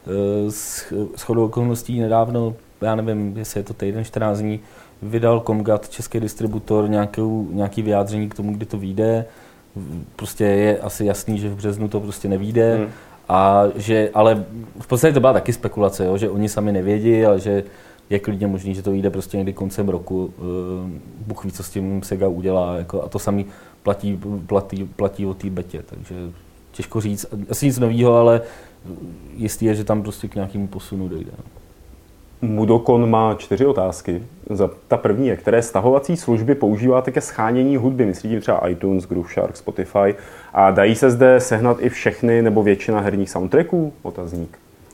s shodou okolností nedávno, já nevím, jestli je to týden, čtrnáct dní, vydal Comgat, český distributor, nějakou, nějaký vyjádření k tomu, kdy to vyjde. Prostě je asi jasný, že v březnu to prostě nevyjde. Hmm. A že, ale v podstatě to byla taky spekulace, jo, že oni sami nevědí, ale že je klidně možný, že to vyjde prostě někdy koncem roku. Bůh ví, co s tím Sega udělá. Jako, a to samý platí, platí, platí o té betě. Takže těžko říct. Asi nic nového, ale jistý je, že tam prostě k nějakému posunu dojde. Mudokon má čtyři otázky. Ta první je, které stahovací služby používáte ke schánění hudby? Myslím třeba iTunes, Groove Shark, Spotify. A dají se zde sehnat i všechny nebo většina herních soundtracků? Otazník.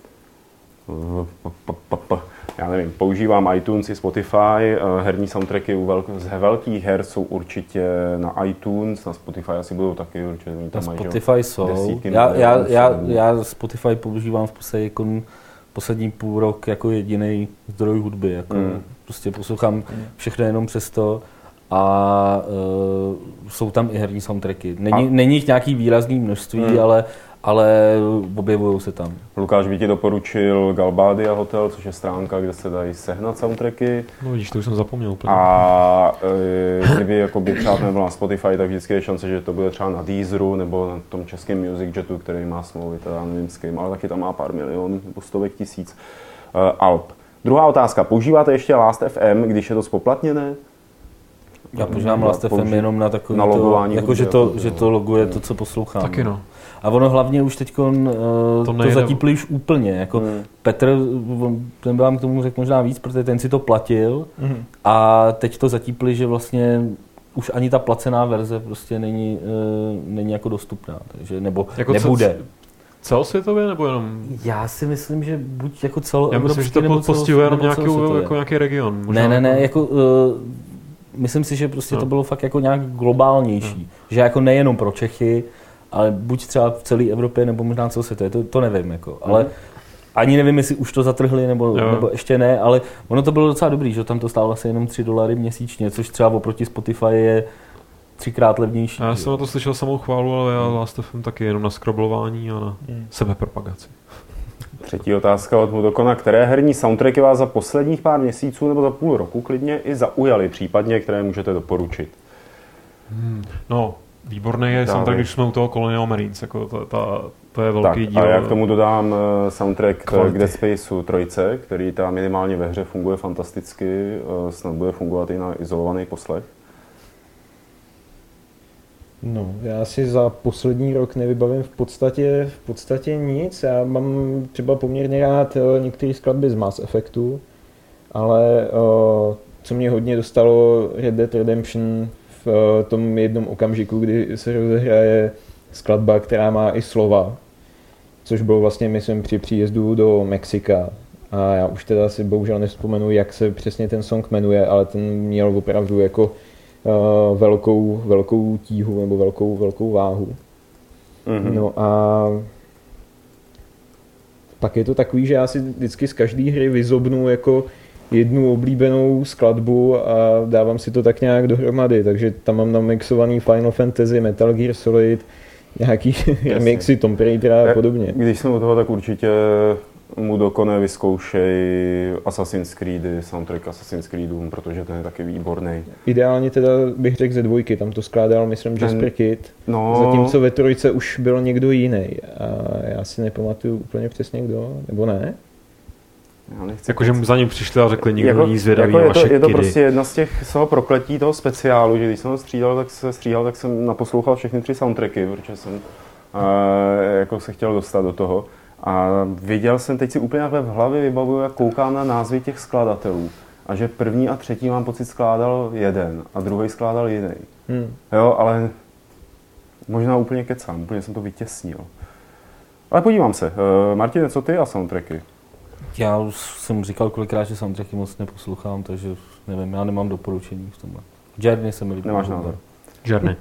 Já nevím, používám iTunes i Spotify. Herní soundtracky u velk- z velkých her jsou určitě na iTunes, na Spotify asi budou taky určitě. Na Spotify jsou. Já, já, já, já Spotify používám v podstatě jako poslední půl rok jako jediný zdroj hudby. Jako mm. Prostě poslouchám všechno jenom přes to a uh, jsou tam i herní soundtracky. Není, a? není jich nějaký výrazný množství, mm. ale, ale objevují se tam. Lukáš by ti doporučil Galbadia Hotel, což je stránka, kde se dají sehnat soundtracky. No vidíš, to už jsem zapomněl úplně. A e, kdyby jakoby třeba nebyl na Spotify, tak vždycky je šance, že to bude třeba na Deezeru nebo na tom českém Music Jetu, který má smlouvy, teda nevím s kým, ale taky tam má pár milionů nebo stovek tisíc e, alb. Druhá otázka, používáte ještě Last F M, když je to spoplatněné? Já používám Last F M jenom na takový na logování to, jako že to, že to loguje to, co poslouchám. Taky no. A ono hlavně už teď uh, to, to zatípli už úplně. Jako hmm. Petr, ten by vám k tomu řekl možná víc, protože ten si to platil hmm. a teď to zatípli, že vlastně už ani ta placená verze prostě není, uh, není jako dostupná, takže nebo jako nebude. Celosvětově nebo jenom? Já si myslím, že buď jako celo Já myslím, že to postihuje jenom nějakou, jako nějaký region. Možná ne, ne, ne, jako... Uh, myslím si, že prostě no. to bylo fakt jako nějak globálnější. No. Že jako nejenom pro Čechy, ale buď třeba v celé Evropě, nebo možná celosvětově, to, to nevím. Jako. Ale mm. ani nevím, jestli už to zatrhli, nebo, nebo ještě ne, ale ono to bylo docela dobrý, že tam to stálo asi jenom tři dolary měsíčně, což třeba oproti Spotify je třikrát levnější. Já jsem na to slyšel samou chválu, ale já Last F M taky jenom na skroblování a na mm. sebepropagaci. Třetí otázka od Mudokona. Které herní soundtracky vás za posledních pár měsíců nebo za půl roku klidně i zaujaly, případně které můžete doporučit? Hmm. No, výborný je soundtrack, když jsme u toho Colonial Marines, jako ta, ta, to je velký tak, díl. A já k tomu dodám soundtrack k Dead Spaceu trojce, který tam minimálně ve hře funguje fantasticky, snad bude fungovat i na izolovaný poslech. No, já si za poslední rok nevybavím v podstatě, v podstatě nic. Já mám třeba poměrně rád některé skladby z Mass Effectu, ale uh, co mě hodně dostalo Red Dead Redemption v uh, tom jednom okamžiku, kdy se rozehraje skladba, která má i slova, což bylo vlastně, myslím, při příjezdu do Mexika. A já už teda si bohužel nevzpomenu, jak se přesně ten song jmenuje, ale ten měl opravdu jako Uh, velkou, velkou tíhu nebo velkou, velkou váhu. Mm-hmm. No a pak je to takový, že já si vždycky z každé hry vyzobnu jako jednu oblíbenou skladbu a dávám si to tak nějak dohromady, takže tam mám namixovaný Final Fantasy, Metal Gear Solid, nějaký remixy Tomb Raidera a podobně. Když jsem u toho, tak určitě Mudokone vyzkoušej Assassin's Creedy, soundtrack Assassin's Creedům, protože ten je taky výborný. Ideálně teda bych řekl ze dvojky, tam to skládal, myslím, Jasper Kidd, no. Zatímco ve trojce už byl někdo jiný a já si nepamatuju úplně přesně kdo, nebo ne? Jakože za ním přišli a řekli, nikdo jako, není zvědavý jako na vaše je to, je to kidy. prostě jedna z těch z toho prokletí toho speciálu, že když jsem ho střídal, tak se stříhal, tak jsem naposlouchal všechny tři soundtracky, protože jsem uh, jako se chtěl dostat do toho. A viděl jsem, teď si úplně takhle v hlavě vybavuju, jak koukám na názvy těch skladatelů. A že první a třetí mám pocit skládal jeden a druhý skládal jiný. Hmm. Jo, ale možná úplně kecám, úplně jsem to vytěsnil. Ale podívám se. Uh, Martine, co ty a soundtracky? Já už jsem říkal kolikrát, že soundtracky moc neposlouchám, takže nevím, já nemám doporučení v tomhle. Journey se mi líbí. Nemáš názor? Journey.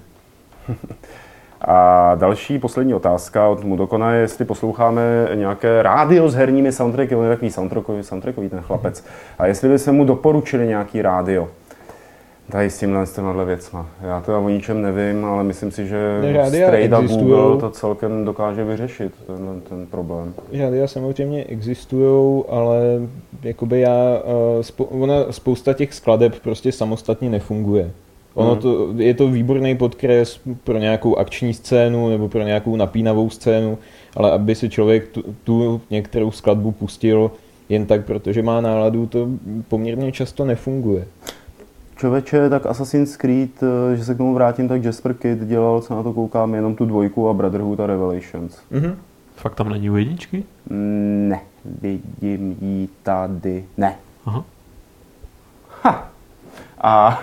A další, poslední otázka od Mudokona je, jestli posloucháme nějaké rádio s herními soundtracky, on je takový soundtrackový, soundtrackový ten chlapec. A jestli by se mu doporučili nějaký rádio. Tady s tímhle, s těmhle věcma. Já teda o ničem nevím, ale myslím si, že Straight a Google to celkem dokáže vyřešit, ten, ten problém. Rádia samozřejmě existují, ale jakoby já, ona, spousta těch skladeb prostě samostatně nefunguje. Ono to, je to výborný podkres pro nějakou akční scénu nebo pro nějakou napínavou scénu, ale aby si člověk tu, tu některou skladbu pustil jen tak, protože má náladu, to poměrně často nefunguje. Člověče, tak Assassin's Creed, že se k tomu vrátím, tak Jasper Kidd dělal, co na to koukám, jenom tu dvojku a Brotherhood a Revelations. Mm-hmm. Fakt tam není u jedničky? Ne, vidím ji tady, ne. Aha. Ha! A,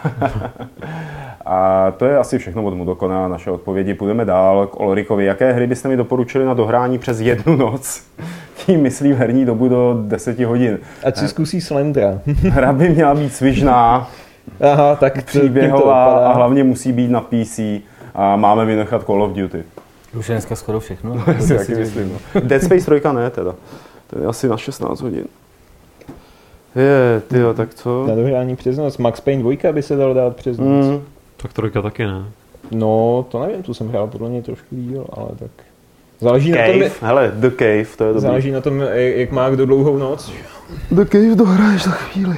a to je asi všechno od Mudokona, naše odpovědi. Půjdeme dál k Olrikovi. Jaké hry byste mi doporučili na dohrání přes jednu noc? Tím myslím herní dobu do deseti hodin. Ať si zkusí Slendra. Hra by měla být svižná, aha, tak příběhová a hlavně musí být na P C a máme vynechat Call of Duty. Už je dneska skoro všechno. To si taky myslím. No. Dead Space tři ne teda. To je asi na šestnáct hodin. Je, tyjo, tak co? Na dohrání přes noc. Max Payne dva by se dalo dát přes noc. Mm. Tak trojka taky ne. No, to nevím, tu jsem hrál podle mě trošku díl, ale tak... Záleží Cave, na tom, hele, The Cave, to je dobrý. záleží na tom, jak má kdo dlouhou noc. The Cave dohraješ za chvíli.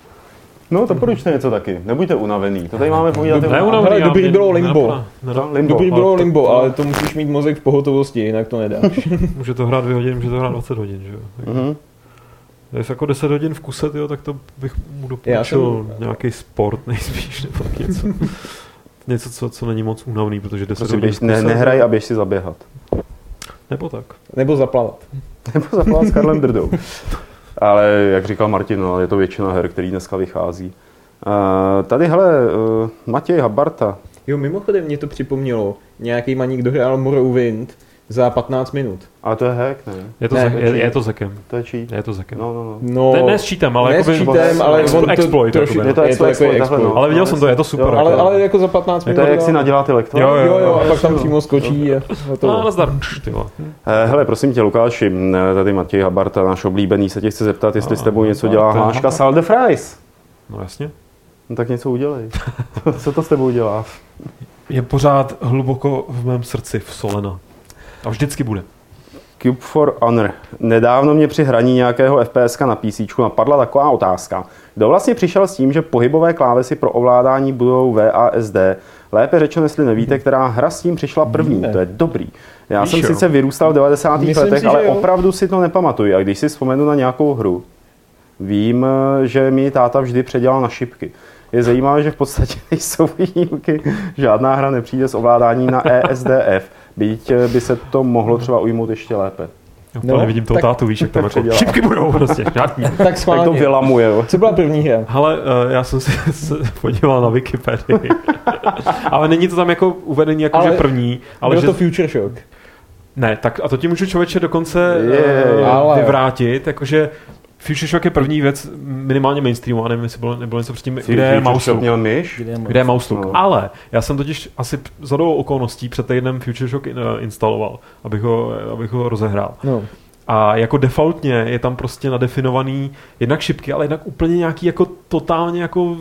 No, to poručte něco taky, nebuďte unavený, to tady máme povídat. Ne, ne, unavený, Hele, já dobrý mě bylo Limbo. nenapadá, nenapadá. Limbo. Dobrý bylo ale to- Limbo, ale to musíš mít mozek v pohotovosti, jinak to nedáš. Může to hrát dvě hodiny, může to hrát dvacet hodin, že jo. Mhm. Když jako deset hodin v kuse, tyjo, tak to bych mu doporučil nějaký sport nejspíš, nebo tak něco. Něco, co, co není moc únavný, protože deset Prostě hodin běž, v kuse. ne, nehraj a běž si zaběhat. Nebo tak. Nebo zaplavat. Nebo zaplavat s Karlem Drdou. Ale jak říkal Martin, no, je to většina her, který dneska vychází. Uh, tady, hele, uh, Matěj Habarta. Jo, mimochodem mě to připomnělo. Nějaký maník dohrál Morrowind za patnáct minut. Ale to je hack, ne? Je to, Ne, ne, je, je to zekem. To je cheat. Je to zekem. No, no, no. No, To je ne s cheatem, ale ne jakoby- s cheatem, ale Explo- on to exploit, troši, jakoby. Je to je to exploit, jako takhle, exploit. no. Ale viděl jsem to, je to super. Jo, Ale, jako. ale jako za patnáct To minut. je, jak si dá- nadělá ty lektory. Jo, Jo, jo, a pak tam jo. přímo skočí a hotovo. No, nazdar. Ty vole. Eh, Hele, prosím tě, Lukáši, m, tady Matěj Habarta, náš oblíbený, se tě chce zeptat, jestli s tebou něco dělá to je hláška Habarta. Sal de Fries. No jasně. No tak něco udělej. Co to s tebou dělá? Je pořád hluboko v mém srdci v Solena. A vždycky bude. Cube for Honor. Nedávno mě při hraní nějakého FPSka na PCčku napadla taková otázka. Kdo vlastně přišel s tím, že pohybové klávesy pro ovládání budou V A S D? Lépe řečeno, jestli nevíte, která hra s tím přišla první. Víme. To je dobrý. Já Víš, jsem jo. sice vyrůstal v devadesátých Myslím letech, si, ale že jo. opravdu si to nepamatuji. A když si vzpomenu na nějakou hru, vím, že mi táta vždy předělal na šipky. Je zajímavé, že v podstatě nejsou výjimky. Žádná hra nepřijde s ovládáním na E S D F. Byť by se to mohlo třeba ujmout ještě lépe. Já No, no, vidím toho tak- tátu, víš, jak tam jako předělá. šipky budou prostě, žádný. Tak Tak to schválně. vylamuje. Jo. Co byla první hra? Hele, eh, já jsem si se podíval na Wikipedii. Ale není to tam jako uvedení jako, Ale že první, ale Byl že... to Future Shock. Ne, tak a to ti můžu člověče dokonce Je, eh, ale- vyvrátit, jakože Future Shock je první věc minimálně mainstreamu, a nevím, jestli bylo, nebylo něco předtím, kde je Future Shock mouse měl myš? Kde je Kde je mouse No. Ale já jsem totiž asi za dobu okolností před týdnem Future Shock in, uh, instaloval, abych ho, abych ho rozehrál. No. A jako defaultně je tam prostě nadefinovaný jednak šipky, ale jednak úplně nějaký jako totálně jako...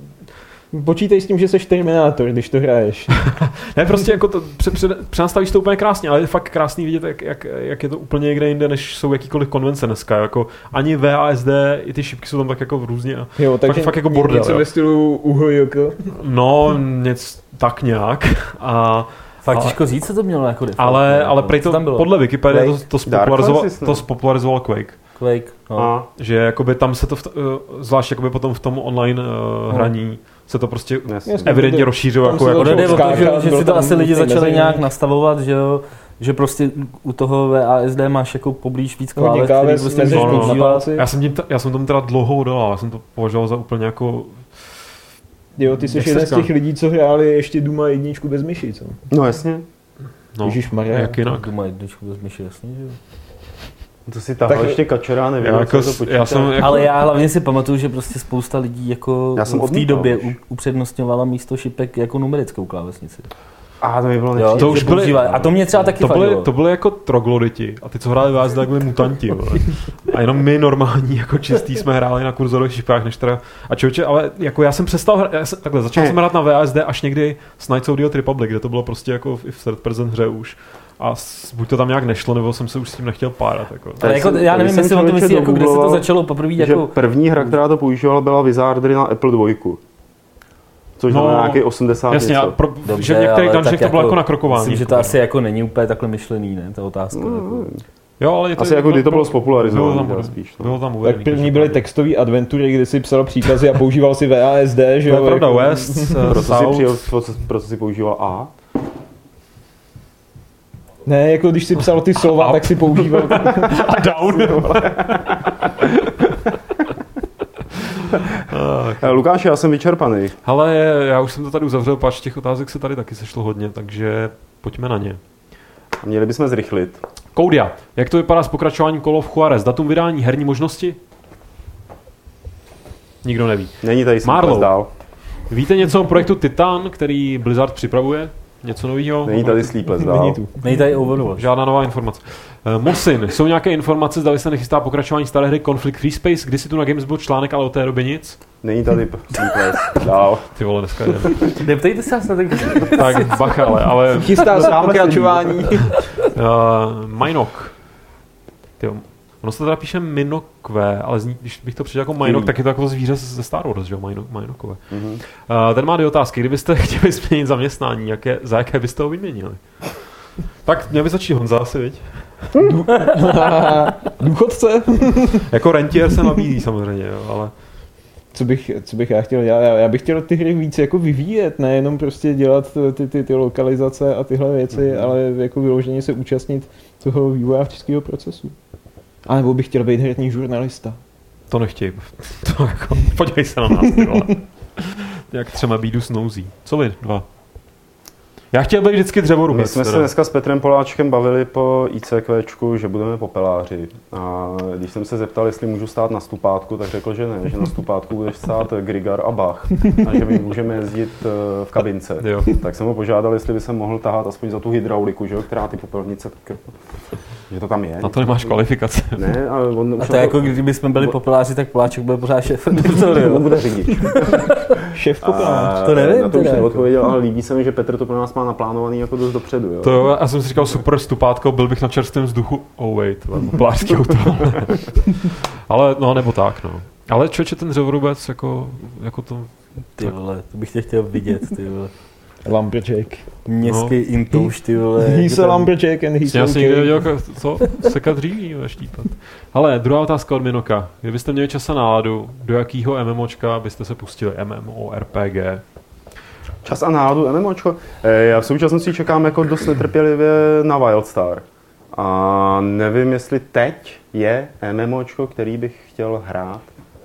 Počítej s tím, že jsi Terminátor, když to hraješ. Ne, prostě jako to, před, před, přenastavíš to úplně krásně, ale je fakt krásný vidět, jak, jak, jak je to úplně někde jinde, než jsou jakýkoliv konvence dneska. Jako ani V A S D, i ty šipky jsou tam tak jako různě. A Jo, takže fakt, fakt jako bordel. něco Jo. ve stylu Uhojoko. No, něco tak nějak. A Fakt Ale- těžko říct, co to mělo jako default. Ale, jako. ale prej Co to, tam bylo? podle Wikipedie to, Quake? to, Dark spopularizoval, Forces, ne? to spopularizoval Quake. Quake, no. A, Že jakoby tam se to, v, t- eh, zvlášť jakoby potom v tom online uh, hraní, se to prostě jasně. Jasně. evidentně rozšířilo. Tam Jako, se jako, to Ono jde o to, že, skákat, že bylo si to tam asi lidi nutný začali mezi- nějak nastavovat, že jo, že prostě u toho V A S D máš jako poblíž víc Hodně kláves, kláves, který prostě mezi no, můžeš no. na používat. palci. já, jsem tím, t- já jsem tomu teda dlouho dodal, já jsem to považoval za úplně jako... Jo, ty jsi Jak se jeden z říká? těch lidí, co hráli ještě Duma jedničku bez myši, co? No jasně. No, Ježišmarja. jak jinak. Duma jedničku bez myši, jasně, že jo. To si tahal Tak- ještě kačera, nevím, Já, jak jako, se to s- počítá. já jsem jako, Ale já hlavně si pamatuju, že prostě spousta lidí jako Já jsem v té odmítal době už. u- upřednostňovala místo šipek jako numerickou klávesnici. A to mi bylo Jo, nepříjemné. To už že byly- používají. A to mě třeba taky to, byly, vadilo. to byly jako trogloditi a ty, co hráli V A S D, tak byli mutanti. Vole. A jenom my normální, jako čistý, jsme hráli na kurzorových šipkách, než teda... A člověče, ale jako já jsem přestal hrát, já jsem, takhle, začal jsem hrát na V A S D až někdy s Knights of the Old Republic, kde to bylo prostě jako v, i v third person hře už. A s, buď to tam nějak nešlo, nebo jsem se už s tím nechtěl párat. Jako. Ale jako, jsem- já tady nevím, jsem jestli on to člověče myslí, jako, kde se to dogoogloval, začalo poprvé Že jako... první hra, která to používala, byla Wizardry na Apple dva. Což No, znamená nějaký osmdesát Jasně, a něco. pro, Dobře, že v některých ale dungeonech tak to bylo jako jako- nakrokování. Myslím, že jako, to no. asi jako není úplně takhle myšlený, ne, ta otázka. No, Jako. Jo, ale je to, Asi jako kdy to bylo bylo spopularizované tam, teda spíš, no. bylo tam Tak uvedený. první byly textové adventury, kdy si psal příkazy a používal si V A S D, že To je jo? pravda, jako- West, eh, Proto si, South. přijel, proto si používal A. Ne, jako když si psal ty slova, A- tak si používal... a down. Eh, Lukáš, já jsem vyčerpaný. Hele, já už jsem to tady uzavřel, pač těch otázek se tady taky sešlo hodně, takže pojďme na ně. A měli bychom zrychlit. Koudia, jak to vypadá s pokračováním Call of Juarez? Datum vydání, herní možnosti? Nikdo neví. Není tady Marlow. Sleepless dál. Víte něco o projektu Titan, který Blizzard připravuje? Něco nového? Není tady Sleepless Není dál. tu. Není tady Overwatch. Žádná nová informace. Uh, Mosin, jsou nějaké informace, zda se nechystá pokračování staré hry Conflict Free Space, kdy si tu na Games byl článek, ale od té doby nic? Není tady Sleepless. Dál. Ty vole, dneska jdem. Neptejte se nás na ten... Tak bacha, ale, ale... Chystá se pokračování. Uh, Minok. Tyjo, ono se teda píše Minokvé, ale zní, když bych to přečetl jako Minok, mm. tak je to jako to zvíře ze Star Wars, že jo, Minok, Minokové. Mm-hmm. Uh, ten má dvě otázky. Kdybyste chtěli změnit zaměstnání, jaké, za jaké byste ho vyměnili? Tak měl by začít Honza asi, viď? Důchodce. Jako rentier se nabízí samozřejmě, jo, ale... Co bych, co bych já chtěl dělat? Já, já bych chtěl ty hry víc jako vyvíjet, nejenom prostě dělat ty, ty, ty lokalizace a tyhle věci, mm-hmm. ale jako vyloženě se účastnit toho vývojářského procesu. A nebo bych chtěl být herní žurnalista. To nechtěj. To jako, podívej se na nás, ty vole. Jak třeba bídu snouzí. Co vy dva? Já chtěl být vždycky dřevorubec. My jsme teda. se dneska s Petrem Poláčkem bavili po ICQčku, že budeme popeláři. A když jsem se zeptal, jestli můžu stát na stupátku, tak řekl, že ne, že na stupátku budeš stát Grigar a Bach a že my můžeme jezdit v kabince. Jo. Tak jsem ho požádal, jestli by se mohl tahat aspoň za tu hydrauliku, že? Která ty popelnice, tak že to tam je. Na to nemáš kvalifikace. Ne, ale on a to je jako kdyby jsme byli popeláři, tak Poláček byl pořád šéf. On bude řidič. Šéf popelář. To nevím. Na to už neodpověděl, ale líbí se mi, že Petr to pro nás má naplánovaný jako dost dopředu. Jo? To jo, já jsem si říkal super stupátko, byl bych na čerstvém vzduchu. Oh wait, popelářský auto. Ale no, nebo tak, no. Ale člověče, ten dřevorubec, jako, jako to... Ty vole, to bych tě chtěl vidět, ty vole. Lumberjack. Městský no. Intouš, ty vole. He's a lumberjack and he's Já jsem někde viděl, co? Sekat dříví, štípat. Ale druhá otázka od Minoka. Kdybyste měli čas a náladu, do jakého MMOčka byste se pustili? MMORPG? Čas a náladu MMOčko? Já v současnosti čekám jako dost netrpělivě na Wildstar. A nevím, jestli teď je MMOčko, který bych chtěl hrát.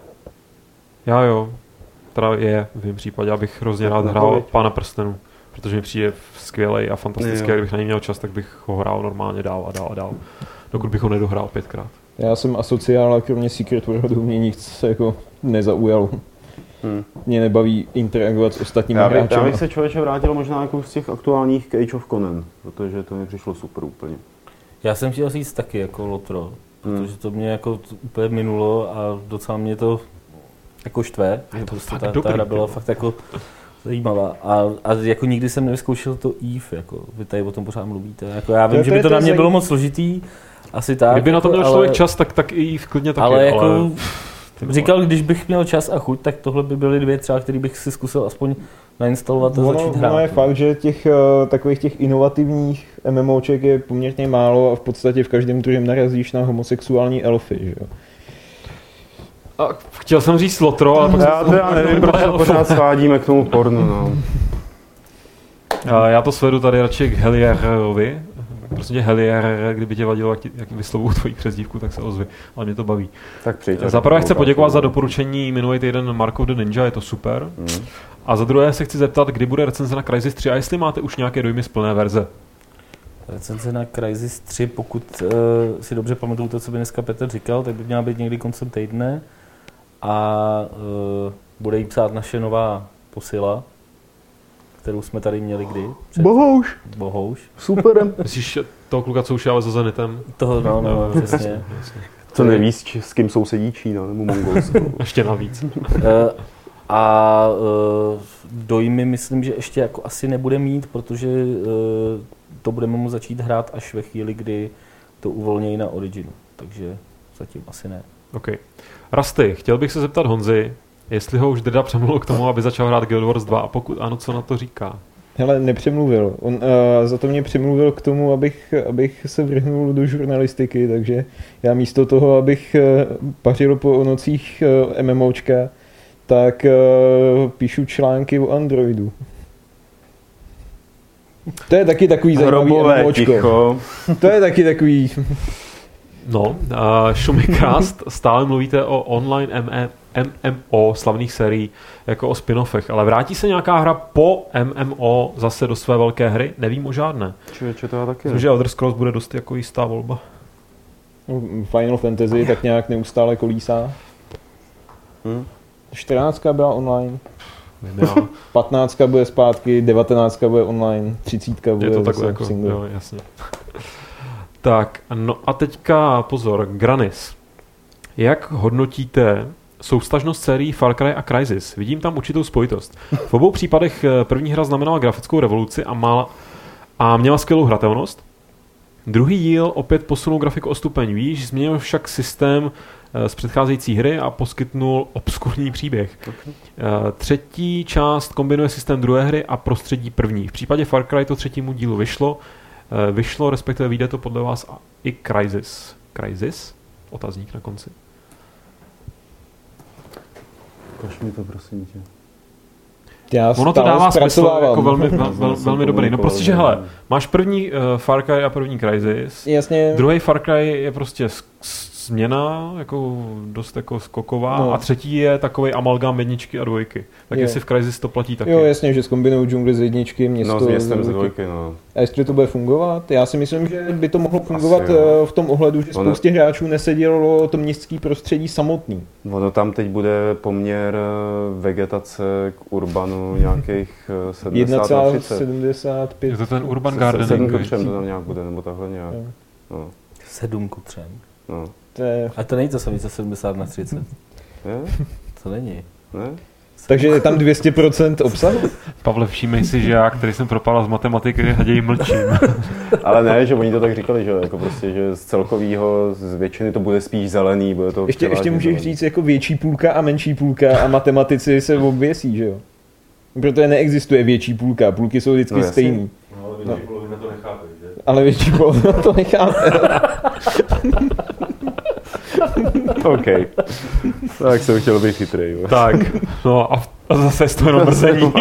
Já jo. Teda je v mém případě, abych hrozně rád hrál Pána prstenů, protože mi přijde skvělej a fantastický, a kdybych na něj měl čas, tak bych ho hrál normálně dál a dál a dál, dokud bych ho nedohrál pětkrát. Já jsem asociál a kromě Secret Worldu mě nic jako nezaujalo. Hmm. Mě nebaví interagovat s ostatními hráči. Já bych se člověče vrátil možná jako z těch aktuálních k Age of Conan, protože to mi přišlo super úplně. Já jsem chtěl říct taky jako Lotro, hmm. protože to mě jako úplně minulo a docela mě to jako štve, že prostě ta, ta hra byla fakt jako zajímavá. A, a jako nikdy jsem nevyzkoušel to Eve, jako vy tady o tom pořád mluvíte. Jako já vím, to, že by to, to na mě bylo moc složitý, asi tak. Kdyby na to měl ale, člověk čas, tak, tak i Eve klidně taky. Ale jako ale... říkal, když bych měl čas a chuť, tak tohle by byly dvě třeba, který bych si zkusil aspoň nainstalovat a ono, začít hrát. Ono je fakt, že těch takových těch inovativních MMOček je poměrně málo a v podstatě v každém druhém narazíš na homosexuální elfy, že jo. A chtěl jsem říct Lotro, ale pak já to já nevím, proč to pořád svádíme k tomu pornu, no. Já to svedu tady radši k Helierovi. Prostě tě Helier, kdyby tě vadilo, jak, jak vyslovuju tvoji přezdívku, tak se ozvi. Ale mě to baví. Tak přijď. Za prvé chci poděkovat za doporučení minulý týden Mark of the Ninja, je to super. Mm. A za druhé se chci zeptat, kdy bude recenze na Crysis tři a jestli máte už nějaké dojmy z plné verze. Recenze na Crysis tři, pokud uh, si dobře pamatuju to, co by dneska Petr říkal, tak by měla být někdy koncem týdne. A uh, bude jí psát naše nová posila, kterou jsme tady měli kdy? Před... Bohouš. Bohouš. Super. Myslíš toho kluka, co už je ale za Zenitem? Toho, no, no, no přesně. Co neví, s kým sousedí Čína nebo Mongolsko. Ještě navíc. uh, a uh, dojmy myslím, že ještě jako asi nebude mít, protože uh, to budeme mu začít hrát až ve chvíli, kdy to uvolnějí na Originu. Takže zatím asi ne. OK. Rasty, chtěl bych se zeptat Honzy, jestli ho už Drda přemluvil k tomu, aby začal hrát Guild Wars dva a pokud ano, co na to říká? Hele, nepřemluvil. On uh, za to mě přemluvil k tomu, abych, abych se vrhnul do žurnalistiky, takže já místo toho, abych uh, pařil po nocích uh, MMOčka, tak uh, píšu články o Androidu. To je taky takový zajímavý MMOčko. To je taky takový... No, uh, Šumikast, stále mluvíte o online M M O slavných sérií jako o spin-offech, ale vrátí se nějaká hra po M M O zase do své velké hry? Nevím o žádné. Člověče, to já taky. Myslím, že Elder Scrolls bude dost jako jistá volba. Final Fantasy tak nějak neustále kolísá. Hmm. čtrnáctka byla online. patnáctka bude zpátky, devatenáctka bude online, třicítka bude to zase jako, single. Jo, jasně. Tak, no a teďka pozor, Granis. Jak hodnotíte soustažnost sérií Far Cry a Crysis. Vidím tam určitou spojitost. V obou případech první hra znamenala grafickou revoluci a, mal, a měla skvělou hratelnost. Druhý díl opět posunul grafiku o stupeň výš, změnil však systém z předcházející hry a poskytnul obskurní příběh. Okay. Třetí část kombinuje systém druhé hry a prostředí první. V případě Far Cry to třetímu dílu vyšlo, vyšlo, respektive vyjde to podle vás i Crysis. Crysis? Otazník na konci. Ukaž mi to, prosím tě. Já ono to dává smysl jako velmi, vel, vel, velmi dobrý. No prostě, že hele, máš první uh, Far Cry a první Crysis. Jasně. Druhý Far Cry je prostě změna, jako dost jako skoková, no. A třetí je takovej amalgám jedničky a dvojky. Tak je. Jestli v Crysis to platí taky. Jo, jasně, že zkombinují džungli z jedničky, město no, s městem z dvojky. No. A jestli to bude fungovat? Já si myslím, že by to mohlo fungovat asi, v tom ohledu, že spoustě ono... hráčů nesedělo to městský prostředí samotný. Ono tam teď bude poměr vegetace k urbanu nějakých sedmdesát jedna celá sedmdesát pět. Je to ten urban gardening. sedm ku třem to tam nějak bude, nebo takhle nějak. No. sedm ku třem. No. To je... A to není to samé, co sedmdesát na třicet. Je? To není. Ne? Takže je tam dvě stě procent obsahu? Pavle, všímej si, že já, který jsem propadl z matematiky, raději mlčím. Ale ne, že oni to tak říkali, že jako prostě, že z celkovýho, z většiny to bude spíš zelený, bude to Ještě, ještě můžeš zelený. Říct jako větší půlka a menší půlka a matematici se obvěsí, že jo? Protože neexistuje větší půlka, půlky jsou vždycky no, stejný. No, ale větší no. polovina to nechápe, že? Ale větší polovina to nechápe. OK. Tak jsem chtěl být chytrý. Jo. Tak, no a, a zase je to jenom mrzení.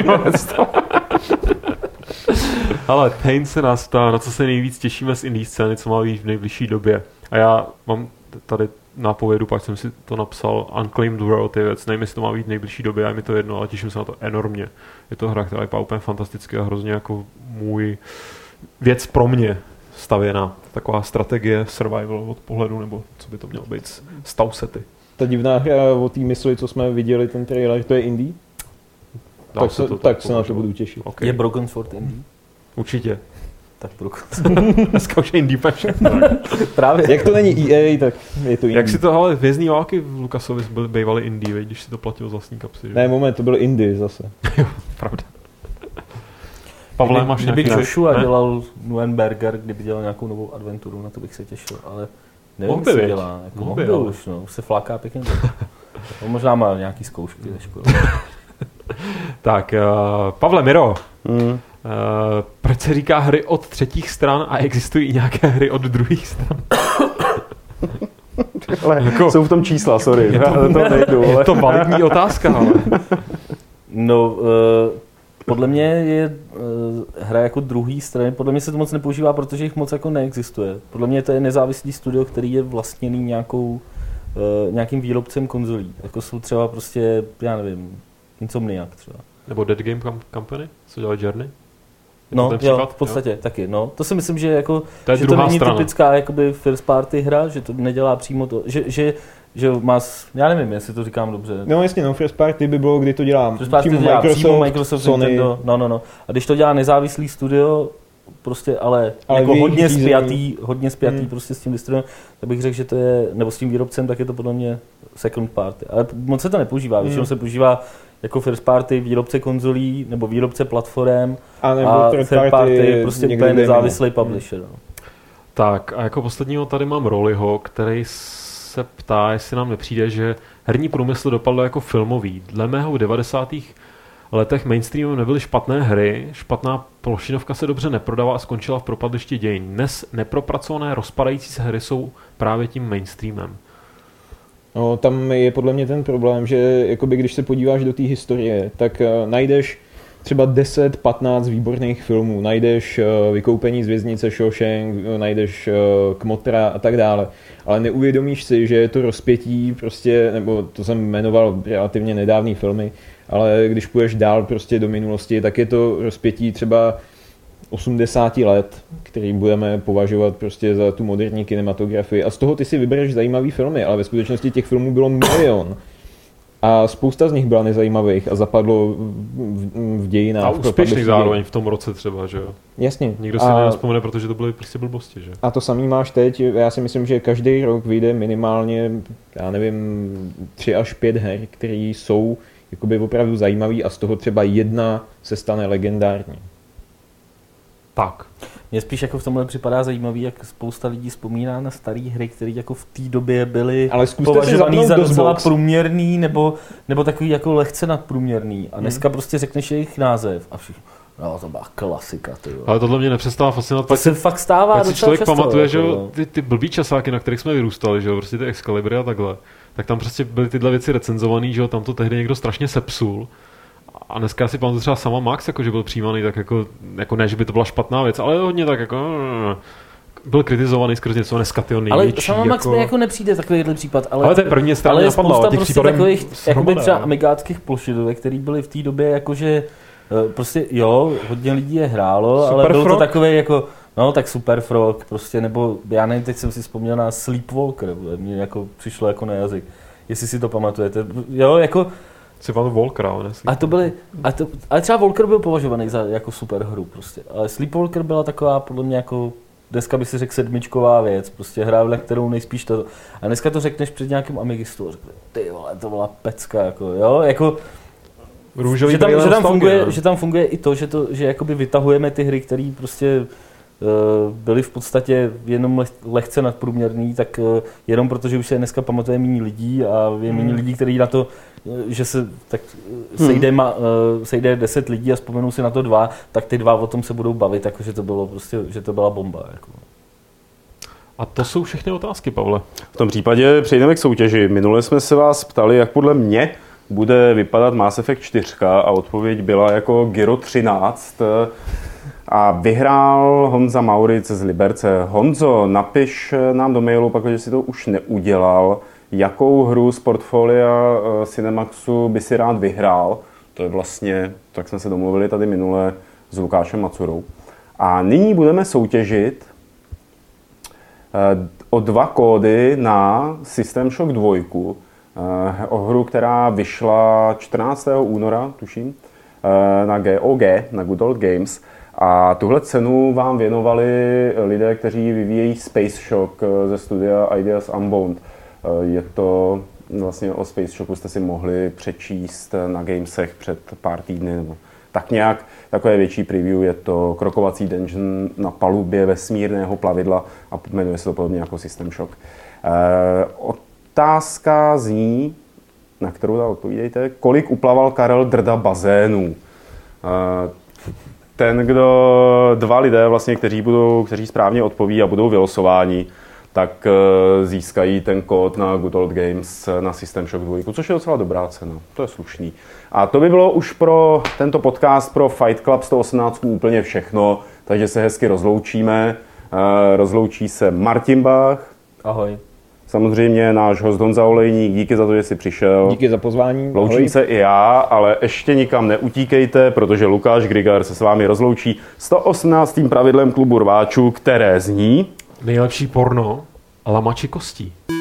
Ale Tain se nás ptá, na co se nejvíc těšíme z indie scény, co má být v nejbližší době. A já mám tady nápovědu, pak jsem si to napsal, Unclaimed World je věc, nevím, jestli to má být v nejbližší době, a mi to jedno, ale těším se na to enormně. Je to hra, která je úplně fantastická a hrozně jako můj věc pro mě stavěná. Taková strategie survival od pohledu, nebo co by to mělo být, stav sety. Ta divná hra o té mysli, co jsme viděli, ten trailer, to je indie? Dá tak se, to, tak se na to budu těšit. Okay. Je Broken Sword indie? Určitě. Tak Broken Sword. Dneska už je indie patch. Právě. Jak to není E A, tak je to indie. Jak si to, ale Hvězdný války v Lukasovi bývaly indie, když si to platil z vlastní kapsy. Ne, moment, to byl indie zase. Jo, pravda. Pavle, máš kdyby nějaký... Joshua ne? dělal Nuenberger, kdyby dělal nějakou novou adventuru, na to bych se těšil, ale nevím, co dělá. Jako mohl by už, no, už se fláká pěkně. On možná má nějaký zkoušky ve škole. Tak, uh, Pavle, Miro, mm. uh, proč se říká hry od třetích stran a existují i nějaké hry od druhých stran? Ale jako, jsou v tom čísla, sorry. Je to, to, nejdu, je to validní otázka, ale... No, uh, podle mě je uh, hra jako druhý strany, podle mě se to moc nepoužívá, protože jich moc jako neexistuje. Podle mě to je nezávislý studio, který je vlastněný nějakou, uh, nějakým výrobcem konzolí. Jako jsou třeba prostě, já nevím, Insomniac třeba. Nebo Dead Game Company, co dělají Journey? Je no, jo, v podstatě jo? taky. No. To si myslím, že, jako, to, že to není strana. Typická jakoby first party hra, že to nedělá přímo to, že, že že má, já nevím, jestli to říkám dobře. No jasně, no, first party by bylo, kdy to dělá first party přímo dělá Microsoft, přímo Microsoft, Sony. Nintendo, no, no, no. A když to dělá nezávislý studio, prostě, ale, ale jako hodně spjatý, hodně spjatý hmm. prostě s tím distribuem, tak bych řekl, že to je, nebo s tím výrobcem, tak je to podle mě second party. Ale moc se to nepoužívá, většinou hmm. se používá jako first party výrobce konzolí, nebo výrobce platform a, a third party, party prostě úplně nezávislý publisher. No. Tak a jako posledního tady mám Rollyho, který se ptá, jestli nám nepřijde, že herní průmysl dopadl jako filmový. Dle mého v devadesátých letech mainstreamem nebyly špatné hry, špatná plošinovka se dobře neprodala a skončila v propadlišti dějin. Dnes nepropracované rozpadající se hry jsou právě tím mainstreamem. No, tam je podle mě ten problém, že jakoby, když se podíváš do té historie, tak uh, najdeš třeba deset patnáct výborných filmů, najdeš uh, Vykoupení z věznice Shawshank, uh, najdeš uh, Kmotra a tak dále, ale neuvědomíš si, že je to rozpětí prostě, nebo to jsem jmenoval relativně nedávný filmy, ale když půjdeš dál prostě do minulosti, tak je to rozpětí třeba osmdesát let, který budeme považovat prostě za tu moderní kinematografii a z toho ty si vybereš zajímavý filmy, ale ve skutečnosti těch filmů bylo milion. A spousta z nich byla nezajímavých a zapadlo v, v dějinách. A úspěšných zároveň v tom roce třeba, že jo? Jasně. Nikdo si a... nevzpomene, protože to byly prostě blbosti, že? A to samý máš teď. Já si myslím, že každý rok vyjde minimálně, já nevím, tři až pět her, které jsou jakoby opravdu zajímavý a z toho třeba jedna se stane legendární. Tak. Mně spíš jako v tomhle připadá zajímavý, jak spousta lidí vzpomíná na staré hry, které jako v té době byly považovaný za docela průměrný nebo, nebo takový jako lehce nadprůměrný. A dneska hmm. prostě řekneš jejich název a všichni, no to byla klasika. Ty jo. Ale tohle mě nepřestává fascinovat. To se fakt stává docela často. Člověk pamatuje, jako, že ty, ty blbý časáky, na kterých jsme vyrůstali, že jo, prostě ty Excalibry a takhle, tak tam prostě byly tyhle věci recenzovaný, že jo, tam to tehdy někdo strašně sepsul. A dneska si pamatuju třeba sama Max, jako, že byl přijímaný tak jako, jako ne, že by to byla špatná věc, ale hodně tak jako byl kritizovaný skrz něco neskatýho ale největší. sama Max jako... mi jako nepřijde takovýhle případ, ale, ale to je první strana ale je napadla, spousta prostě takových jakoby třeba no. amigátských plošidovek, který byly v té době jakože prostě jo, hodně lidí je hrálo, Super ale byl Frog? To takový jako no tak Super Frog prostě, nebo já nevím, teď jsem si vzpomněl na Sleepwalker, mě jako přišlo jako na jazyk, jestli si to pamatujete, jo, jako si pan Walker, ale ne a to byly, a to, ale třeba Walker byl považovaný za jako super hru prostě, ale Sleepwalker byla taková podle mě jako, dneska by si řekl sedmičková věc, prostě hra, na kterou nejspíš to, a dneska to řekneš před nějakým Amigistou a řekne, ty vole, to byla pecka, jako jo, jako Růžový že tam, že tam funguje, že tam funguje i to, že to, že jakoby vytahujeme ty hry, které prostě byly v podstatě jenom lehce nadprůměrný, tak jenom protože už se dneska pamatuje méně lidí a je méně lidí, kteří na to, že se tak sejde, ma, sejde deset lidí a vzpomenou si na to dva, tak ty dva o tom se budou bavit, jako že to bylo prostě, že to byla bomba. Jako. A to jsou všechny otázky, Pavle. V tom případě přejdeme k soutěži. Minule jsme se vás ptali, jak podle mě bude vypadat Mass Effect čtyři a odpověď byla jako Gyro třináct. A vyhrál Honza Mauric z Liberce. Honzo, napiš nám do mailu, pak, že si to už neudělal, jakou hru z portfolia Cinemaxu by si rád vyhrál. To je vlastně, tak jsme se domluvili tady minule s Lukášem Macurou. A nyní budeme soutěžit o dva kódy na System Shock dva, o hru, která vyšla čtrnáctého února, tuším, na G O G, na Good Old Games. A tuhle cenu vám věnovali lidé, kteří vyvíjejí Space Shock ze studia Ideas Unbound. Je to vlastně o Space Shocku jste si mohli přečíst na Gamesech před pár týdny nebo tak nějak. Takové větší preview, je to krokovací dungeon na palubě vesmírného plavidla a jmenuje se to podobně jako System Shock. Otázka zní, na kterou dá odpovídejte, kolik uplaval Karel Drda bazénů? Ten, kdo, dva lidé, vlastně, kteří, budou, kteří správně odpoví a budou vylosováni, tak získají ten kód na Good Old Games na System Shock dva, což je docela dobrá cena, to je slušný. A to by bylo už pro tento podcast pro Fight Club sto osmnáct úplně všechno, takže se hezky rozloučíme. Rozloučí se Martin Bach. Ahoj. Samozřejmě náš host Honza Olejník, díky za to, že jsi přišel. Díky za pozvání. Loučím Ahoj. se i já, ale ještě nikam neutíkejte, protože Lukáš Grigar se s vámi rozloučí sto osmnáctým pravidlem klubu rváčů, které zní... Nejlepší porno, lamači kostí.